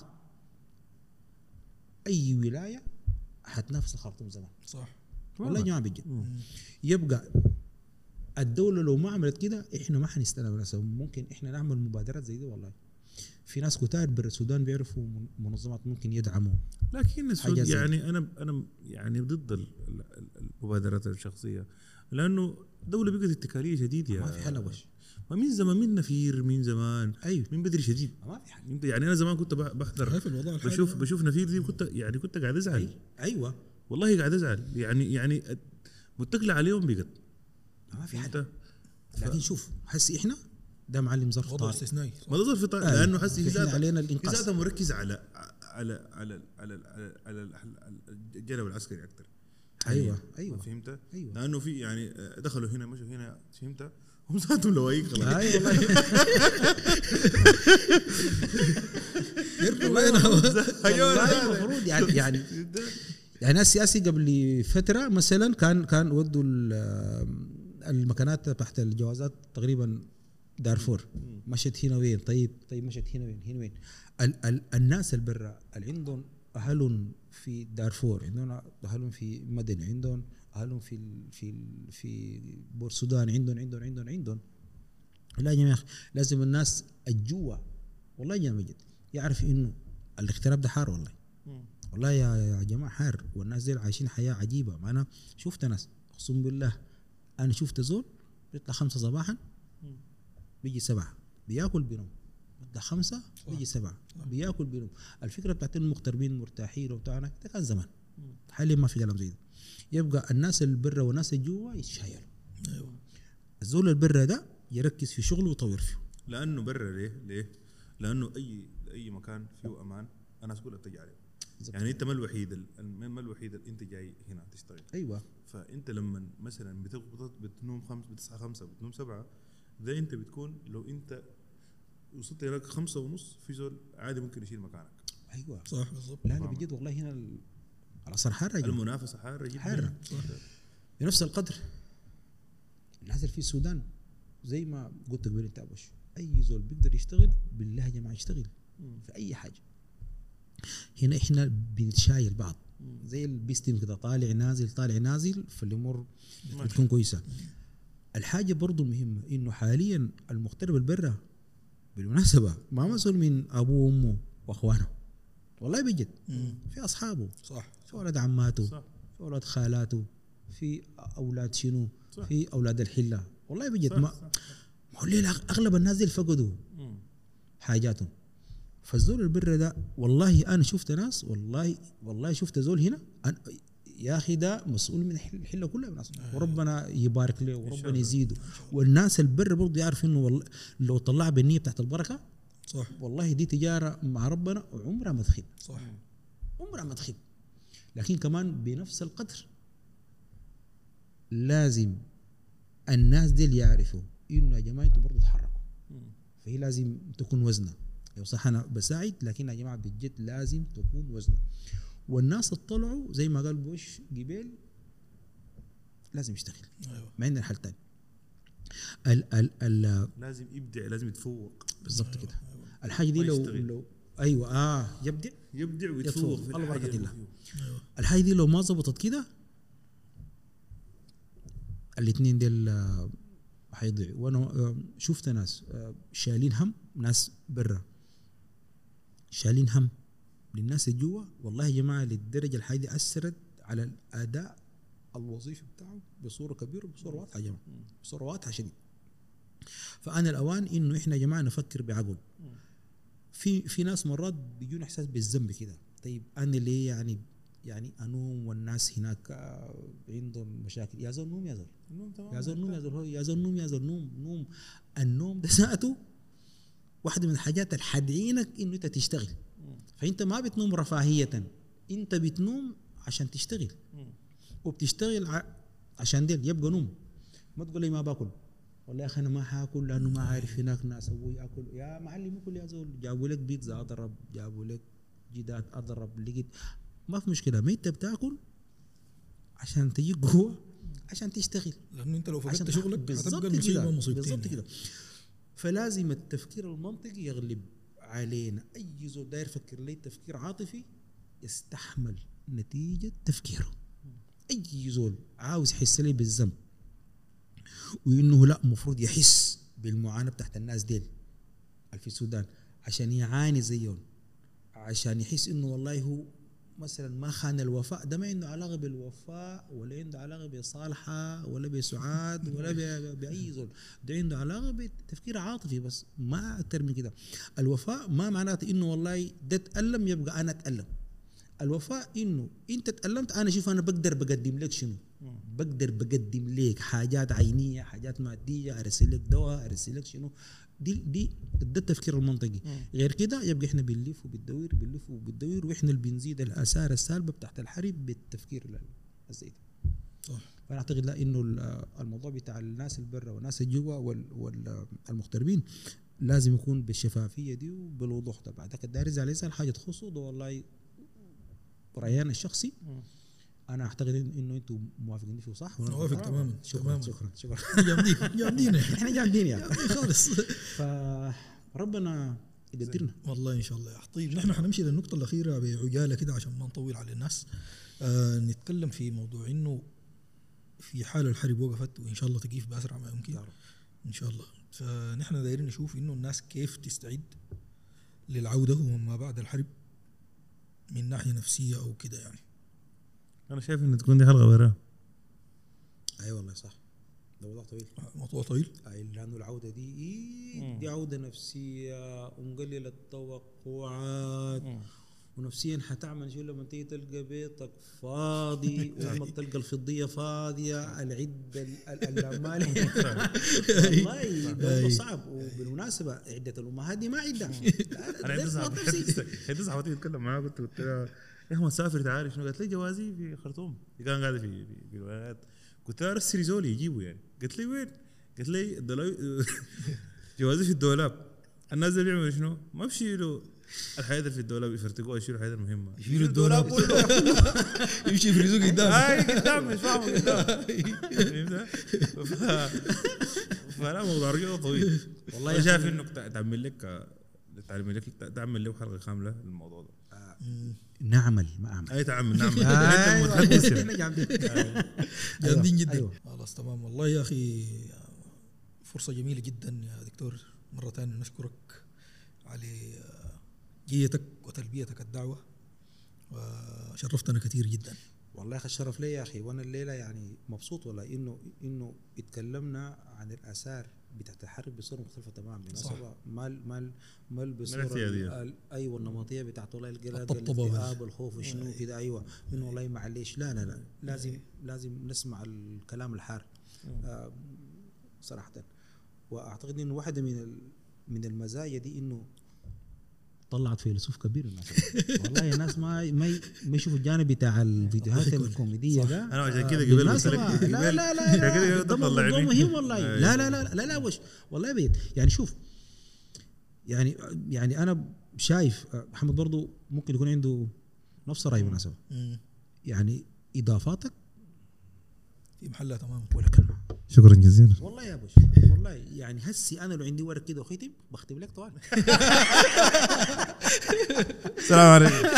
اي ولايه حتنافس الخرطوم زمان. صح والله يا جماعه بجد. يبقى الدوله لو ما عملت كده احنا ما حنستلم نفسه. ممكن احنا نعمل مبادرات زي دي. والله في ناس كتار برا السودان بيعرفوا منظمات ممكن يدعموا. لكن السود يعني انا يعني ضد المبادرات الشخصيه، لانه دوله بقت اتكاليه شديد. يا ما في حل وش، ما من زمان، من نفير من زمان، ايوه من بدري شديد، ما في حل. انت يعني انا زمان كنت بحضر بشوف نفير دي، كنت قاعد ازعل. ايوه والله قاعد ازعل، يعني متكله عليهم بقت ما في حل. لكن شوف هسي احنا ده معلم ظرف وضع استثنائي، ما ده ظرف طارئ، لانه حسي علينا الانقاذ، ذاته مركز على الجانب العسكري اكثر. ايوه فهمت؟ أيوة. لانه في يعني دخلوا هنا مشوا هنا، فهمت؟ هم ذاتهم لوايق خلاص. اي والله المفروض يعني السياسي قبل فتره مثلا كان ودوا المكانات تحت الجوازات تقريبا دارفور، مشت هنا وين؟ طيب مشت هنا وين؟ الناس البرة اللي عندهم اهلهم في دارفور، عندهم اهلهم في مدني، عندهم اهلهم في بور السودان، عندهم لا يا جماعه لازم الناس الجوا والله يا مجد يعرف انه الاغتراب ده حار. والله يا جماعه حار، والناس دي عايشين حياه عجيبه. ما انا شفت ناس اقسم بالله، انا شفت زول بيطلع 5 صباحا بيجي 7، بياكل بينوم، بيطلع 5 بيجي 7 بياكل بينوم. الفكره بتاعت المغتربين مرتاحين وبتاعنا ده كان زمان، حاليا ما في كلام زي ده. يبقى الناس البره والناس الجوا يتشايلوا. الزول البره ده يركز في شغله ويطور فيه، لانه برا ليه؟ لانه اي مكان فيه امان الناس كلها بتجي عليه. يعني انت ما الوحيد اللي انت جاي هنا تشتغل. ايوه فانت لما مثلا بتنوم 5 بتصحى 5 بتنوم 7، ده انت بتكون لو انت وصلت هناك 5:30 في زول عادي ممكن يشيل مكانك. ايوه صح بالضبط. لا بجد والله هنا العصر حاره، المنافسه حاره جدا، حاره بنفس القدر. نازل في السودان زي ما قلت قبل انت ابوش، اي زول بيقدر يشتغل بالله يا جماعه يشتغل في اي حاجه. هنا احنا بنتشايل بعض زي البيستم كده، طالع نازل، فالامور بتكون كويسه. الحاجه برضو المهمه انه حاليا المغترب البرة بالمناسبه ما مسؤول من ابوه وامه واخوانه، والله بجد في اصحابه، صح، في اولاد عماته، صح. في اولاد خالاته، في اولاد شنو، صح. في اولاد الحله، والله بجد صح. ما هو ليه اغلب الناس دي فقدوا حاجاتهم. فالزول البر ده والله انا شفت ناس، والله شفت زول هنا يا اخي ده مسؤول من الحله كلها بالناس، وربنا يبارك له وربنا يزيده. والناس البر برضه يعرف انه والله لو طلع بالنيه بتاعت البركه صح، والله دي تجاره مع ربنا وعمرها ما تخيب، صح، عمرها ما تخيب. لكن كمان بنفس القدر لازم الناس دي يعرفوا انه يا جماعه انتوا برضه تحركوا، فهي لازم تكون وزنه. لو صح انا بساعد، لكن يا جماعه بجد لازم تكون وزنه. والناس اطلعوا زي ما قال بوش قبيل لازم يشتغل. ايوه ما عندنا حل تاني. لازم يبدع، لازم يتفوق بالضبط كده. الحاجه دي لو ايوه يبدع ويتفوق في الله بركه الله. ايوه الحاجه دي لو ما ظبطت كده الاثنين ديل حيضيعوا. وانا شفت ناس شايلين هم، ناس برا شايلين هم للناس اللي جوا، والله يا جماعه للدرجه الحاجه دي اثرت على الاداء الوظيفي بتاعه بصوره كبيره، بصوره واضحه يا جماعه، بصوره واضحه شديد. فانا الاوان انه احنا يا جماعه نفكر بعقل. في ناس مرات بيجون احساس بالذنب كده، طيب انا ليه يعني انوم والناس هناك عندهم مشاكل؟ يا زول نوم، يا زول يا زول نوم، يا زول يا زول نوم، يا زول نوم. النوم ده ذاته واحده من الحاجات اللي حادعينك انه انت تشتغل. فانت ما بتنوم رفاهيه، انت بتنوم عشان تشتغل، وبتشتغل عشان ديل يبقى نوم. ما تقول لي ما باكل، والله يا اخي انا ما حاكل لانه ما عارف هناك ناس ابوي اكل. يا معلم اكل يا زول، جابوا لك بيتزا اضرب، جابوا لك جدات اضرب، لقيت ما في مشكله. ما انت بتاكل عشان تجي جوه عشان تشتغل، لانه انت لو فقدت شغلك هتبقى المصيبه مصيبتين. بالضبط كده. فلازم التفكير المنطقي يغلب علينا. اي زول داير يفكر لي تفكير عاطفي يستحمل نتيجه تفكيره. اي زول عاوز يحس لي بالذنب وانه لا المفروض يحس بالمعاناه بتاعت الناس ديل في السودان عشان يعاني زيهم، عشان يحس انه والله هو مثلا ما خان الوفاء، ده ما عنده علاقه بالوفاء ولا عنده علاقه بصالحه ولا بسعاد ولا باي زول، ده عنده علاقه بتفكير عاطفي بس، ما اكثر من كده. الوفاء ما معناته انه والله ده تألم يبقى انا اتألم. الوفاء انه انت تألمت، انا شوف انا بقدر بقدم لك شنو، بقدر بقدم لك حاجات عينيه، حاجات ماديه، ارسل لك دواء، ارسل لك شنو. دي ده التفكير المنطقي. غير كده يبقى احنا بنلف وبندور واحنا اللي بنزيد الاثار السالبه بتاعت الحرب بالتفكير الزي ده. صح. فانا اعتقد لا انه الموضوع بتاع الناس البرة والناس الجوا والمغتربين لازم يكون بالشفافيه دي وبالوضوح ده. بعدك الداري اذا يسال حاجه تخصه ده والله رأينا الشخصي انا اعتقد انه انتم موافقين فيه صح؟ موافق تماما. شكرا. جامدين احنا جامدين يعني خالص. فربنا يقدرنا والله ان شاء الله. طيب نحن حنمشي للنقطه الاخيره بعجاله كده عشان ما نطول على الناس. نتكلم في موضوع انه في حال الحرب وقفت وان شاء الله تقيف باسرع ما يمكن ان شاء الله، فنحن دايرين نشوف انه الناس كيف تستعد للعوده وما بعد الحرب من ناحيه نفسيه او كده. يعني انا شايف ان تكون دي حلقه وراها. اي والله صح، ده موضوع طويل. موضوع طويل لانه العوده دي عوده نفسيه ومقلل التوقعات ونفسيا حتعمل شو لما تيجي تلقى بيتك فاضي وامك تلقى الفضيه فاضيه، العده العماليه والله ده صعب. وبالمناسبه عده الامهات دي ما عده. انا عندي صاحبتي تتكلم معاها قلت لها يا اخي ما تسافر تعالي شنو؟ قالت لي جوازي في خرطوم، كان قاعده في الولايات. قلت لها ارسلي زولي يجيبوا يعني. قالت لي وين؟ قالت لي جوازي في الدولاب. الناس اللي بيعملوا شنو؟ ما بيشيلوا الحياة اللي في الدولاب يفرتقوها، يشيلوا الحياة المهمة، يشيلوا الدولاب كله يمشي يفرزوه قدام. قدام مش فاهمه قدام. فلا موضوع رجل طويل والله. شايف انك تعمل لك تعمل له حلقة كاملة للموضوع ده. نعمل ما اعمل اي تعمل نعمل جامدين جدا. خلاص تمام والله يا اخي فرصة جميلة جدا يا دكتور، مرة ثانية نشكرك على جيتك وتلبيتك الدعوة، وشرفتنا كثير جدا. والله يا اخي الشرف لي يا اخي، وانا الليله يعني مبسوط والله انه اتكلمنا عن الاثار بتاعت الحرب بصوره مختلفه تماما، بصوره مال بصوره ايوه النمطيه بتاعت والله الاكتئاب الخوف شنو كده، ايوه انه والله معلش لا لازم نسمع الكلام الحار صراحه. واعتقد انه واحده من المزايا دي انه طلعت فيلسوف كبير الناس والله الناس ما يشوفوا الجانب بتاع الفيديوهات الكوميديه ده. انا عشان كده قبل لا ده موضوع مهم والله. لا وش والله بيت يعني شوف يعني انا شايف محمد برضو ممكن يكون عنده نفس الراي بالمناسبه، يعني اضافاتك في محلها تماما ولا كلمه. شكرا جزيلا والله يا ابو والله يعني هسي انا لو عندي ورق كده وختم بختم لك طوال. السلام عليكم.